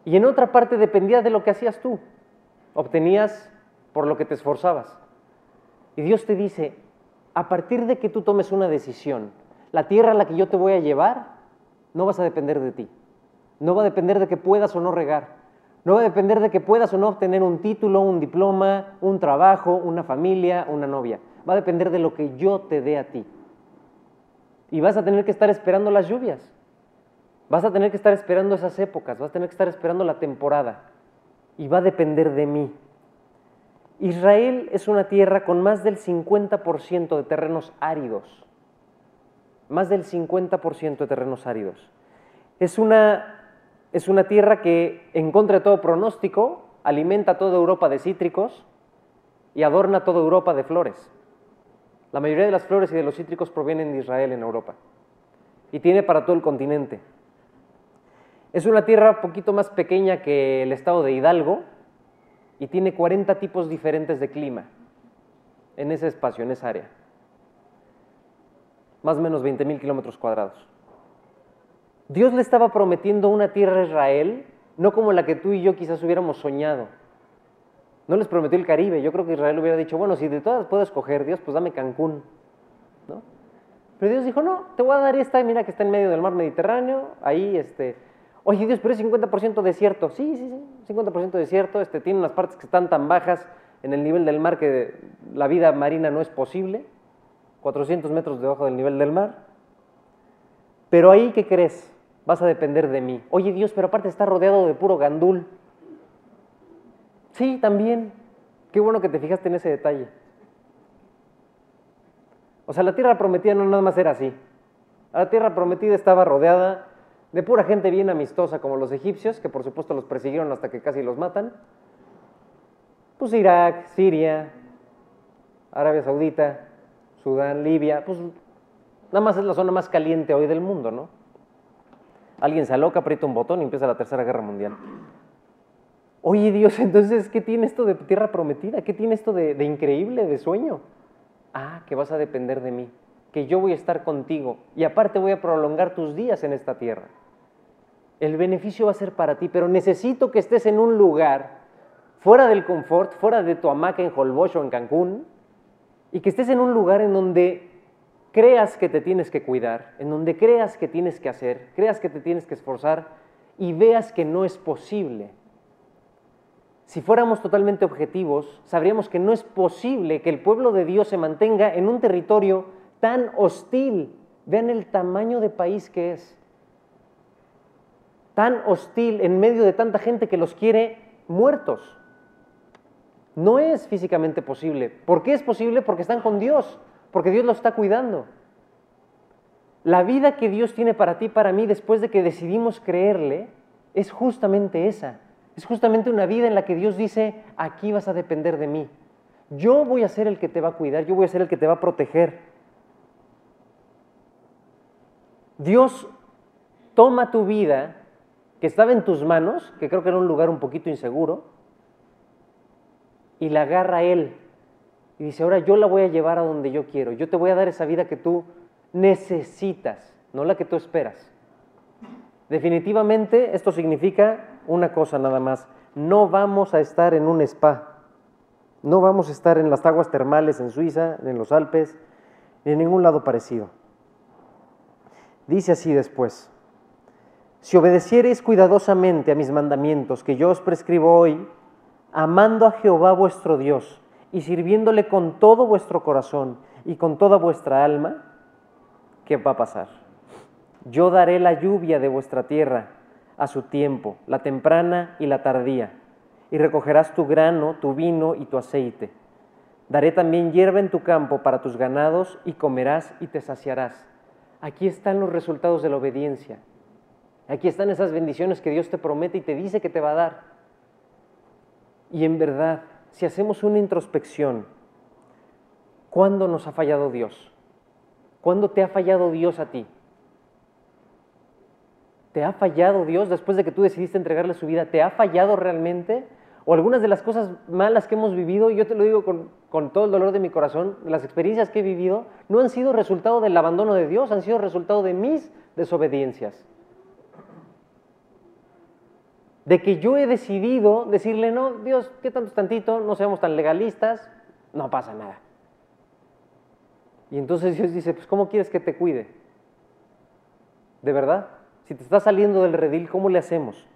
Y en otra parte dependía de lo que hacías tú. Obtenías por lo que te esforzabas. Y Dios te dice, a partir de que tú tomes una decisión, la tierra a la que yo te voy a llevar, no vas a depender de ti. No va a depender de que puedas o no regar. No va a depender de que puedas o no obtener un título, un diploma, un trabajo, una familia, una novia. Va a depender de lo que yo te dé a ti. Y vas a tener que estar esperando las lluvias. Vas a tener que estar esperando esas épocas. Vas a tener que estar esperando la temporada. Y va a depender de mí. Israel es una tierra con más del cincuenta por ciento de terrenos áridos. Más del cincuenta por ciento de terrenos áridos. Es una, es una tierra que, en contra de todo pronóstico, alimenta a toda Europa de cítricos y adorna a toda Europa de flores. La mayoría de las flores y de los cítricos provienen de Israel en Europa. Y tiene para todo el continente. Es una tierra un poquito más pequeña que el estado de Hidalgo y tiene cuarenta tipos diferentes de clima en ese espacio, en esa área. Más o menos veinte mil kilómetros cuadrados. Dios le estaba prometiendo una tierra a Israel, no como la que tú y yo quizás hubiéramos soñado. No les prometió el Caribe. Yo creo que Israel hubiera dicho, bueno, si de todas puedo escoger, Dios, pues dame Cancún, ¿no? Pero Dios dijo, no, te voy a dar esta, mira que está en medio del mar Mediterráneo, ahí, este... Oye, Dios, pero es cincuenta por ciento desierto. Sí, sí, sí, cincuenta por ciento desierto, este, tiene unas partes que están tan bajas en el nivel del mar que la vida marina no es posible, cuatrocientos metros debajo del nivel del mar. Pero ahí, ¿qué crees? Vas a depender de mí. Oye, Dios, pero aparte está rodeado de puro gandul. Sí, también. Qué bueno que te fijaste en ese detalle. O sea, la tierra prometida no nada más era así. La tierra prometida estaba rodeada de pura gente bien amistosa, como los egipcios, que por supuesto los persiguieron hasta que casi los matan. Pues Irak, Siria, Arabia Saudita, Sudán, Libia, pues nada más es la zona más caliente hoy del mundo, ¿no? Alguien se aloca, aprieta un botón y empieza la Tercera Guerra Mundial. Oye, Dios, entonces, ¿qué tiene esto de tierra prometida? ¿Qué tiene esto de, de increíble, de sueño? Ah, que vas a depender de mí, que yo voy a estar contigo y aparte voy a prolongar tus días en esta tierra. El beneficio va a ser para ti, pero necesito que estés en un lugar fuera del confort, fuera de tu hamaca en Holbox o en Cancún, y que estés en un lugar en donde creas que te tienes que cuidar, en donde creas que tienes que hacer, creas que te tienes que esforzar y veas que no es posible. Si fuéramos totalmente objetivos, sabríamos que no es posible que el pueblo de Dios se mantenga en un territorio tan hostil. Vean el tamaño de país que es. Tan hostil en medio de tanta gente que los quiere muertos. No es físicamente posible. ¿Por qué es posible? Porque están con Dios, porque Dios los está cuidando. La vida que Dios tiene para ti y para mí después de que decidimos creerle es justamente esa. Es justamente una vida en la que Dios dice, aquí vas a depender de mí. Yo voy a ser el que te va a cuidar, yo voy a ser el que te va a proteger. Dios toma tu vida, que estaba en tus manos, que creo que era un lugar un poquito inseguro, y la agarra a Él. Y dice, ahora yo la voy a llevar a donde yo quiero. Yo te voy a dar esa vida que tú necesitas, no la que tú esperas. Definitivamente esto significa una cosa nada más, no vamos a estar en un spa, no vamos a estar en las aguas termales en Suiza, en los Alpes, ni en ningún lado parecido. Dice así después, si obedeciereis cuidadosamente a mis mandamientos que yo os prescribo hoy, amando a Jehová vuestro Dios y sirviéndole con todo vuestro corazón y con toda vuestra alma, ¿qué va a pasar? Yo daré la lluvia de vuestra tierra a su tiempo, la temprana y la tardía, y recogerás tu grano, tu vino y tu aceite. Daré también hierba en tu campo para tus ganados y comerás y te saciarás. Aquí están los resultados de la obediencia. Aquí están esas bendiciones que Dios te promete y te dice que te va a dar. Y en verdad, si hacemos una introspección, ¿cuándo nos ha fallado Dios? ¿Cuándo te ha fallado Dios a ti? ¿Te ha fallado Dios después de que tú decidiste entregarle su vida? ¿Te ha fallado realmente? O algunas de las cosas malas que hemos vivido, yo te lo digo con, con todo el dolor de mi corazón, las experiencias que he vivido no han sido resultado del abandono de Dios, han sido resultado de mis desobediencias. de que yo he decidido decirle, no, Dios, ¿qué tanto es tantito? No seamos tan legalistas, no pasa nada. Y entonces Dios dice, pues ¿cómo quieres que te cuide? ¿De verdad? Si te estás saliendo del redil, ¿cómo le hacemos?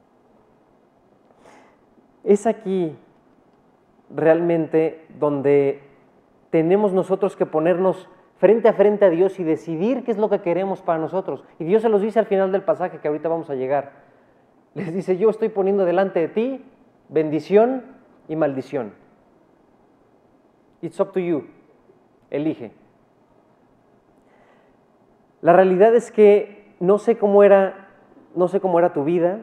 Es aquí realmente donde tenemos nosotros que ponernos frente a frente a Dios y decidir qué es lo que queremos para nosotros. Y Dios se los dice al final del pasaje que ahorita vamos a llegar. Les dice, yo estoy poniendo delante de ti bendición y maldición. It's up to you. Elige. La realidad es que no sé cómo era, no sé cómo era tu vida.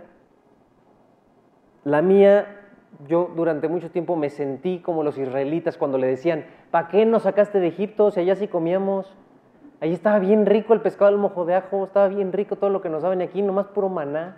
La mía, yo durante mucho tiempo me sentí como los israelitas cuando le decían, ¿para qué nos sacaste de Egipto si allá sí comíamos? Allí estaba bien rico el pescado al mojo de ajo, estaba bien rico todo lo que nos daban aquí, nomás puro maná.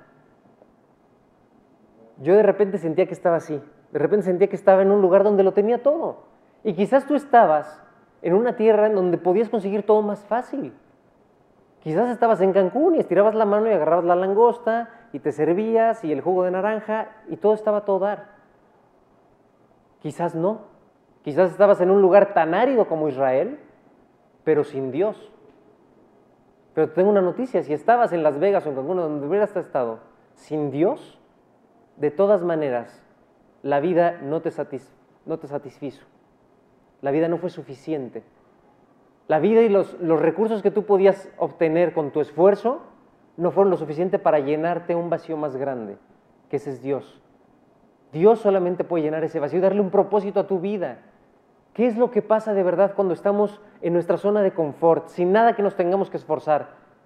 Yo de repente sentía que estaba así, de repente sentía que estaba en un lugar donde lo tenía todo. Y quizás tú estabas en una tierra en donde podías conseguir todo más fácil. Quizás estabas en Cancún y estirabas la mano y agarrabas la langosta y te servías y el jugo de naranja y todo estaba a todo dar. Quizás no. Quizás estabas en un lugar tan árido como Israel, pero sin Dios. Pero te tengo una noticia, si estabas en Las Vegas o en Cancún, donde hubieras estado, sin Dios, de todas maneras, la vida no te, satis- no te satisfizo. La vida no fue suficiente. La vida y los, los recursos que tú podías obtener con tu esfuerzo no fueron lo suficiente para llenarte un vacío más grande, que ese es Dios. Dios solamente puede llenar ese vacío y darle un propósito a tu vida. ¿Qué es lo que pasa de verdad cuando estamos en nuestra zona de confort, sin nada que nos tengamos que esforzar?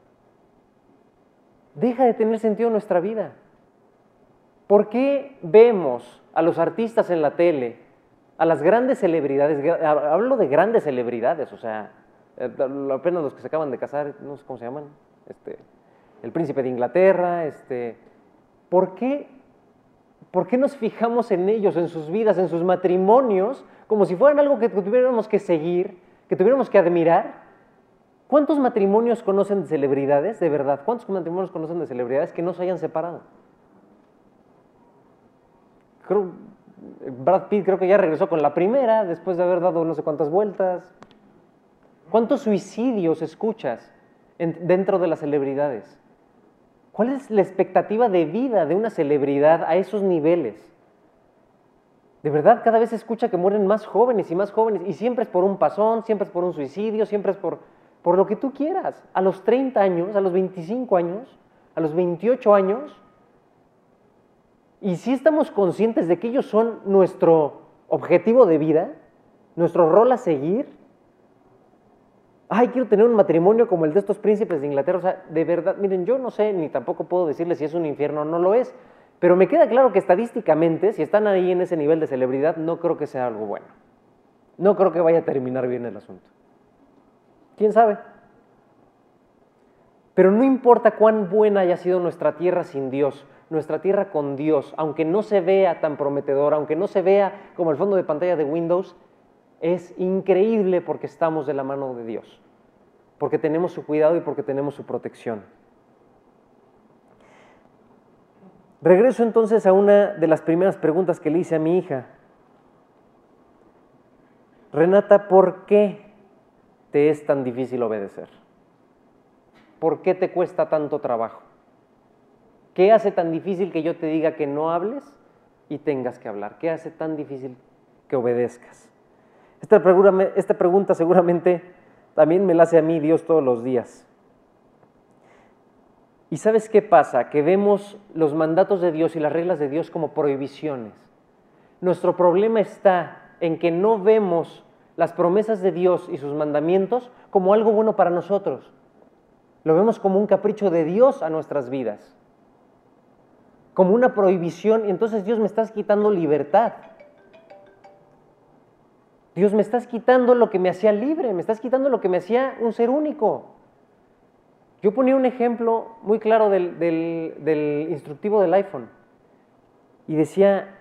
Deja de tener sentido nuestra vida. ¿Por qué vemos a los artistas en la tele, a las grandes celebridades? Hablo de grandes celebridades, o sea, apenas los que se acaban de casar, no sé cómo se llaman, este, el príncipe de Inglaterra, este, ¿por qué, ¿por qué nos fijamos en ellos, en sus vidas, en sus matrimonios, como si fueran algo que tuviéramos que seguir, que tuviéramos que admirar? ¿Cuántos matrimonios conocen de celebridades, de verdad? ¿Cuántos matrimonios conocen de celebridades que no se hayan separado? Creo, Brad Pitt creo que ya regresó con la primera, después de haber dado no sé cuántas vueltas. ¿Cuántos suicidios escuchas en, dentro de las celebridades? ¿Cuál es la expectativa de vida de una celebridad a esos niveles? De verdad, cada vez se escucha que mueren más jóvenes y más jóvenes, y siempre es por un pasón, siempre es por un suicidio, siempre es por, por lo que tú quieras. A los treinta años, a los veinticinco años, a los veintiocho años, y si estamos conscientes de que ellos son nuestro objetivo de vida, nuestro rol a seguir. Ay, quiero tener un matrimonio como el de estos príncipes de Inglaterra. O sea, de verdad, miren, yo no sé, ni tampoco puedo decirles si es un infierno o no lo es, pero me queda claro que estadísticamente, si están ahí en ese nivel de celebridad, no creo que sea algo bueno. No creo que vaya a terminar bien el asunto. ¿Quién sabe? Pero no importa cuán buena haya sido nuestra tierra sin Dios, nuestra tierra con Dios, aunque no se vea tan prometedora, aunque no se vea como el fondo de pantalla de Windows, es increíble porque estamos de la mano de Dios, porque tenemos su cuidado y porque tenemos su protección. Regreso entonces a una de las primeras preguntas que le hice a mi hija. Renata, ¿por qué te es tan difícil obedecer? ¿Por qué te cuesta tanto trabajo? ¿Qué hace tan difícil que yo te diga que no hables y tengas que hablar? ¿Qué hace tan difícil que obedezcas? Esta pregunta, esta pregunta seguramente también me la hace a mí Dios todos los días. ¿Y sabes qué pasa? Que vemos los mandatos de Dios y las reglas de Dios como prohibiciones. Nuestro problema está en que no vemos las promesas de Dios y sus mandamientos como algo bueno para nosotros. Lo vemos como un capricho de Dios a nuestras vidas, como una prohibición, y entonces Dios, me estás quitando libertad. Dios, me estás quitando lo que me hacía libre, me estás quitando lo que me hacía un ser único. Yo ponía un ejemplo muy claro del, del, del instructivo del iPhone y decía,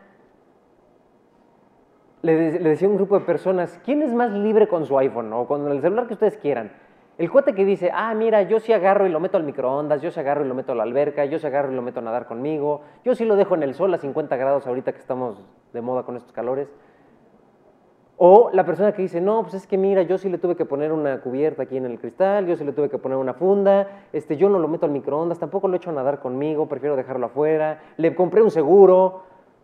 le, le decía a un grupo de personas, ¿quién es más libre con su iPhone o con el celular que ustedes quieran? El cuate que dice, ah, mira, yo sí agarro y lo meto al microondas, yo sí agarro y lo meto a la alberca, yo sí agarro y lo meto a nadar conmigo, yo sí lo dejo en el sol a cincuenta grados ahorita que estamos de moda con estos calores. O la persona que dice, no, pues es que mira, yo sí le tuve que poner una cubierta aquí en el cristal, yo sí le tuve que poner una funda, este, yo no lo meto al microondas, tampoco lo echo a nadar conmigo, prefiero dejarlo afuera, le compré un seguro.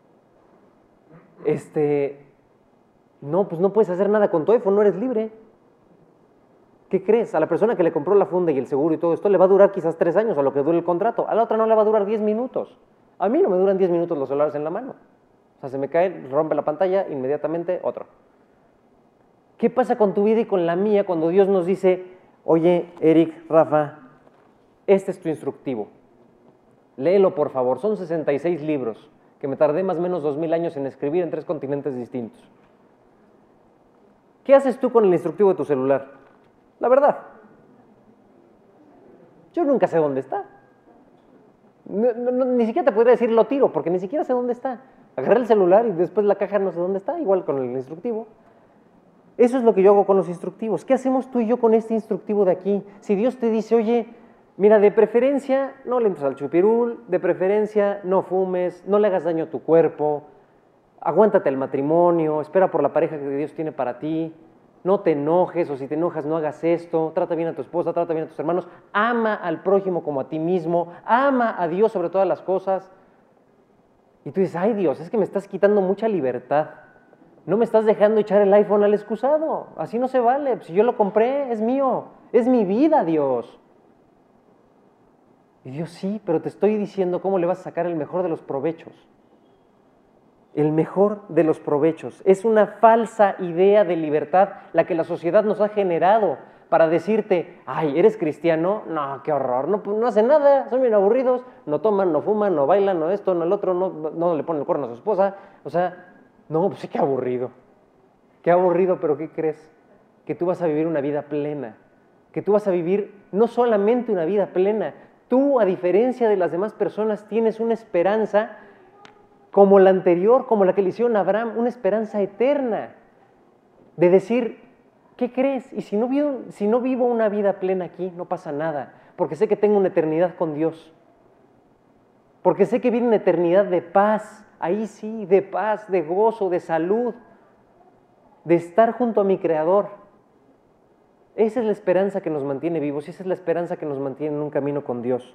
Este, no, pues no puedes hacer nada con tu iPhone, no eres libre. ¿Qué crees? A la persona que le compró la funda y el seguro y todo esto le va a durar quizás tres años a lo que dure el contrato. A la otra no le va a durar diez minutos. A mí no me duran diez minutos los celulares en la mano. O sea, se me cae, rompe la pantalla, inmediatamente otro. ¿Qué pasa con tu vida y con la mía cuando Dios nos dice, oye, Eric, Rafa, este es tu instructivo? Léelo, por favor. Son sesenta y seis libros que me tardé más o menos dos mil años en escribir en tres continentes distintos. ¿Qué haces tú con el instructivo de tu celular? La verdad, yo nunca sé dónde está. No, no, ni siquiera te podría decir lo tiro, porque ni siquiera sé dónde está. Agarré el celular y después la caja no sé dónde está, igual con el instructivo. Eso es lo que yo hago con los instructivos. ¿Qué hacemos tú y yo con este instructivo de aquí? Si Dios te dice, oye, mira, de preferencia no le entres al chupirul, de preferencia no fumes, no le hagas daño a tu cuerpo, aguántate el matrimonio, espera por la pareja que Dios tiene para ti, no te enojes, o si te enojas no hagas esto, trata bien a tu esposa, trata bien a tus hermanos, ama al prójimo como a ti mismo, ama a Dios sobre todas las cosas. Y tú dices, ay Dios, es que me estás quitando mucha libertad, no me estás dejando echar el iPhone al excusado, así no se vale, si yo lo compré, es mío, es mi vida, Dios. Y Dios, sí, pero te estoy diciendo cómo le vas a sacar el mejor de los provechos. El mejor de los provechos. Es una falsa idea de libertad la que la sociedad nos ha generado para decirte, ay, ¿eres cristiano? No, qué horror, no, no hacen nada, son bien aburridos, no toman, no fuman, no bailan, no esto, no el otro, no, no le ponen el cuerno a su esposa. O sea, no, pues sí, qué aburrido. Qué aburrido, pero ¿qué crees? Que tú vas a vivir una vida plena. Que tú vas a vivir no solamente una vida plena, tú, a diferencia de las demás personas, tienes una esperanza como la anterior, como la que le hicieron a Abraham, una esperanza eterna, de decir, ¿qué crees? Y si no vivo, si no vivo una vida plena aquí, no pasa nada, porque sé que tengo una eternidad con Dios, porque sé que viene una eternidad de paz, ahí sí, de paz, de gozo, de salud, de estar junto a mi Creador. Esa es la esperanza que nos mantiene vivos, y esa es la esperanza que nos mantiene en un camino con Dios.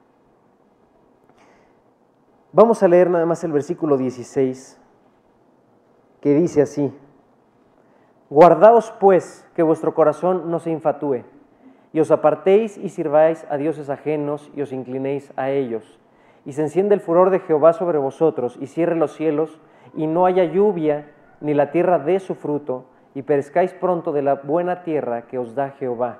Vamos a leer nada más el versículo dieciséis, que dice así: guardaos pues que vuestro corazón no se infatúe, y os apartéis y sirváis a dioses ajenos y os inclinéis a ellos, y se enciende el furor de Jehová sobre vosotros, y cierre los cielos, y no haya lluvia, ni la tierra dé su fruto, y perezcáis pronto de la buena tierra que os da Jehová.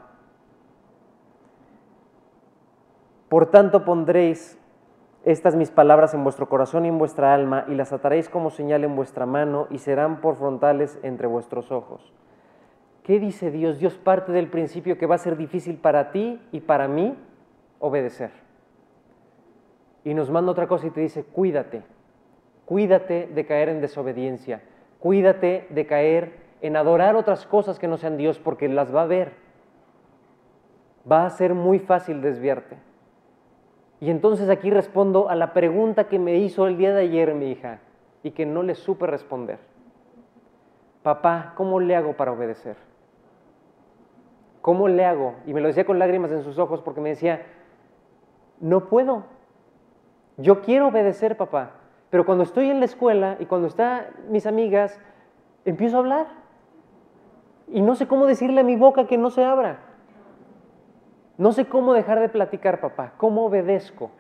Por tanto pondréis estas mis palabras en vuestro corazón y en vuestra alma, y las ataréis como señal en vuestra mano, y serán por frontales entre vuestros ojos. ¿Qué dice Dios? Dios parte del principio que va a ser difícil para ti y para mí obedecer. Y nos manda otra cosa y te dice, cuídate, cuídate de caer en desobediencia, cuídate de caer en adorar otras cosas que no sean Dios, porque las va a ver. Va a ser muy fácil desviarte. Y entonces aquí respondo a la pregunta que me hizo el día de ayer mi hija y que no le supe responder. Papá, ¿cómo le hago para obedecer? ¿Cómo le hago? Y me lo decía con lágrimas en sus ojos porque me decía, no puedo. Yo quiero obedecer, papá, pero cuando estoy en la escuela y cuando están mis amigas, empiezo a hablar y no sé cómo decirle a mi boca que no se abra. No sé cómo dejar de platicar, papá. ¿Cómo obedezco?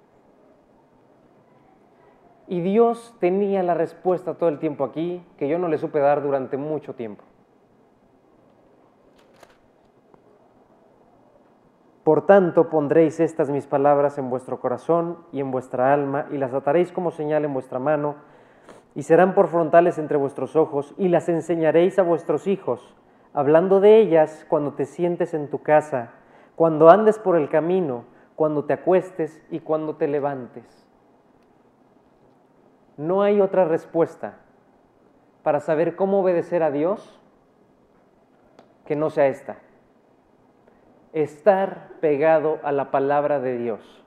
Y Dios tenía la respuesta todo el tiempo aquí, que yo no le supe dar durante mucho tiempo. Por tanto, pondréis estas mis palabras en vuestro corazón y en vuestra alma, y las ataréis como señal en vuestra mano, y serán por frontales entre vuestros ojos, y las enseñaréis a vuestros hijos, hablando de ellas cuando te sientes en tu casa, cuando andes por el camino, cuando te acuestes y cuando te levantes. No hay otra respuesta para saber cómo obedecer a Dios que no sea esta. estar pegado a la palabra de Dios.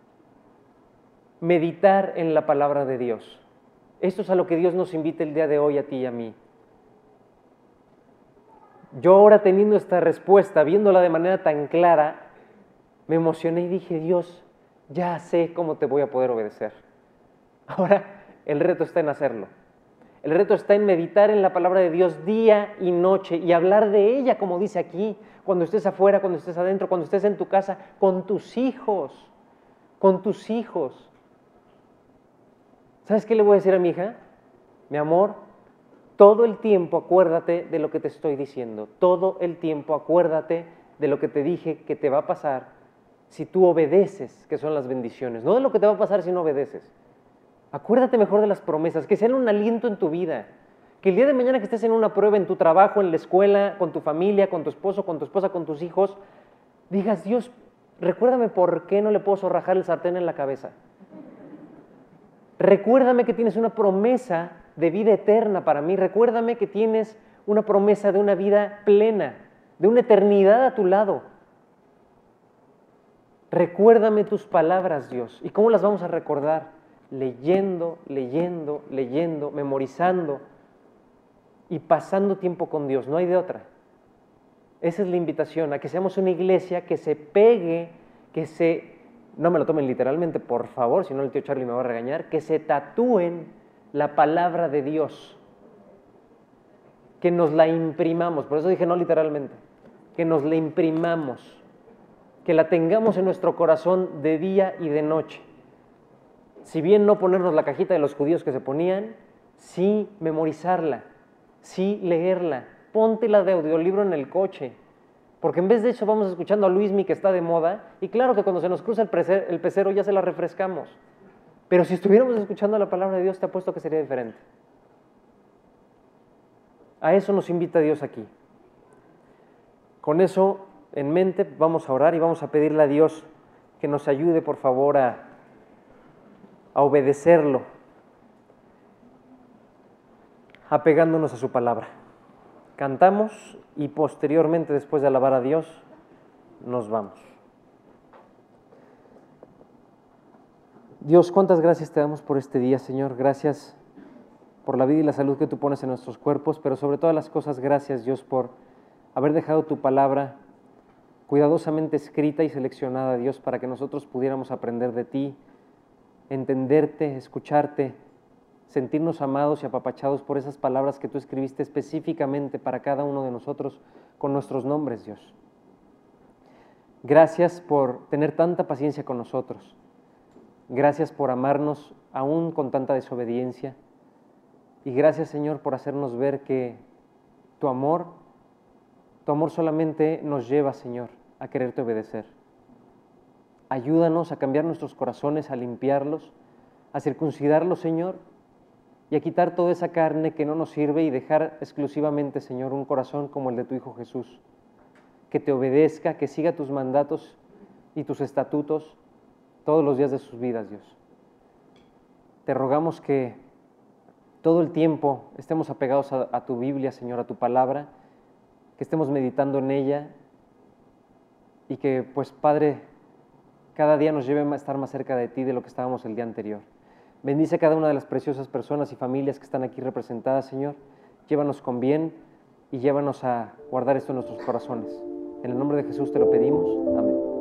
Meditar en la palabra de Dios. Esto es a lo que Dios nos invita el día de hoy a ti y a mí. Yo ahora teniendo esta respuesta, viéndola de manera tan clara, me emocioné y dije, Dios, ya sé cómo te voy a poder obedecer. Ahora el reto está en hacerlo. El reto está en meditar en la palabra de Dios día y noche y hablar de ella, como dice aquí, cuando estés afuera, cuando estés adentro, cuando estés en tu casa, con tus hijos, con tus hijos. ¿Sabes qué le voy a decir a mi hija? Mi amor, todo el tiempo acuérdate de lo que te estoy diciendo. Todo el tiempo acuérdate de lo que te dije que te va a pasar si tú obedeces, que son las bendiciones. No de lo que te va a pasar si no obedeces. Acuérdate mejor de las promesas, que sean un aliento en tu vida. Que el día de mañana que estés en una prueba, en tu trabajo, en la escuela, con tu familia, con tu esposo, con tu esposa, con tus hijos, digas, Dios, recuérdame por qué no le puedo zorrajar el sartén en la cabeza. Recuérdame que tienes una promesa de vida eterna para mí. Recuérdame que tienes una promesa de una vida plena, de una eternidad a tu lado. Recuérdame tus palabras, Dios. ¿Y cómo las vamos a recordar? Leyendo, leyendo, leyendo, memorizando y pasando tiempo con Dios. No hay de otra. Esa es la invitación, a que seamos una iglesia que se pegue, que se... No me lo tomen literalmente, por favor, si no el tío Charlie me va a regañar, que se tatúen la palabra de Dios, que nos la imprimamos, por eso dije no literalmente, que nos la imprimamos, que la tengamos en nuestro corazón de día y de noche. Si bien no ponernos la cajita de los judíos que se ponían, sí memorizarla, sí leerla, póntela de audiolibro en el coche. Porque en vez de eso vamos escuchando a Luismi que está de moda, y claro que cuando se nos cruza el, pecero, el pecero ya se la refrescamos. Pero si estuviéramos escuchando la palabra de Dios, te apuesto que sería diferente. A eso nos invita Dios aquí. Con eso en mente vamos a orar y vamos a pedirle a Dios que nos ayude, por favor, a, a obedecerlo, apegándonos a su palabra. Cantamos y posteriormente, después de alabar a Dios, nos vamos. Dios, cuántas gracias te damos por este día, Señor. Gracias por la vida y la salud que tú pones en nuestros cuerpos, pero sobre todas las cosas, gracias, Dios, por haber dejado tu palabra cuidadosamente escrita y seleccionada, Dios, para que nosotros pudiéramos aprender de ti, entenderte, escucharte, sentirnos amados y apapachados por esas palabras que tú escribiste específicamente para cada uno de nosotros con nuestros nombres, Dios. Gracias por tener tanta paciencia con nosotros. Gracias por amarnos aún con tanta desobediencia. Y gracias, Señor, por hacernos ver que tu amor, tu amor solamente nos lleva, Señor, a quererte obedecer. Ayúdanos a cambiar nuestros corazones, a limpiarlos, a circuncidarlos, Señor, y a quitar toda esa carne que no nos sirve y dejar exclusivamente, Señor, un corazón como el de tu Hijo Jesús, que te obedezca, que siga tus mandatos y tus estatutos todos los días de sus vidas, Dios. Te rogamos que todo el tiempo estemos apegados a, a tu Biblia, Señor, a tu palabra, que estemos meditando en ella y que, pues, Padre, cada día nos lleve a estar más cerca de ti de lo que estábamos el día anterior. Bendice a cada una de las preciosas personas y familias que están aquí representadas, Señor. Llévanos con bien y llévanos a guardar esto en nuestros corazones. En el nombre de Jesús te lo pedimos. Amén.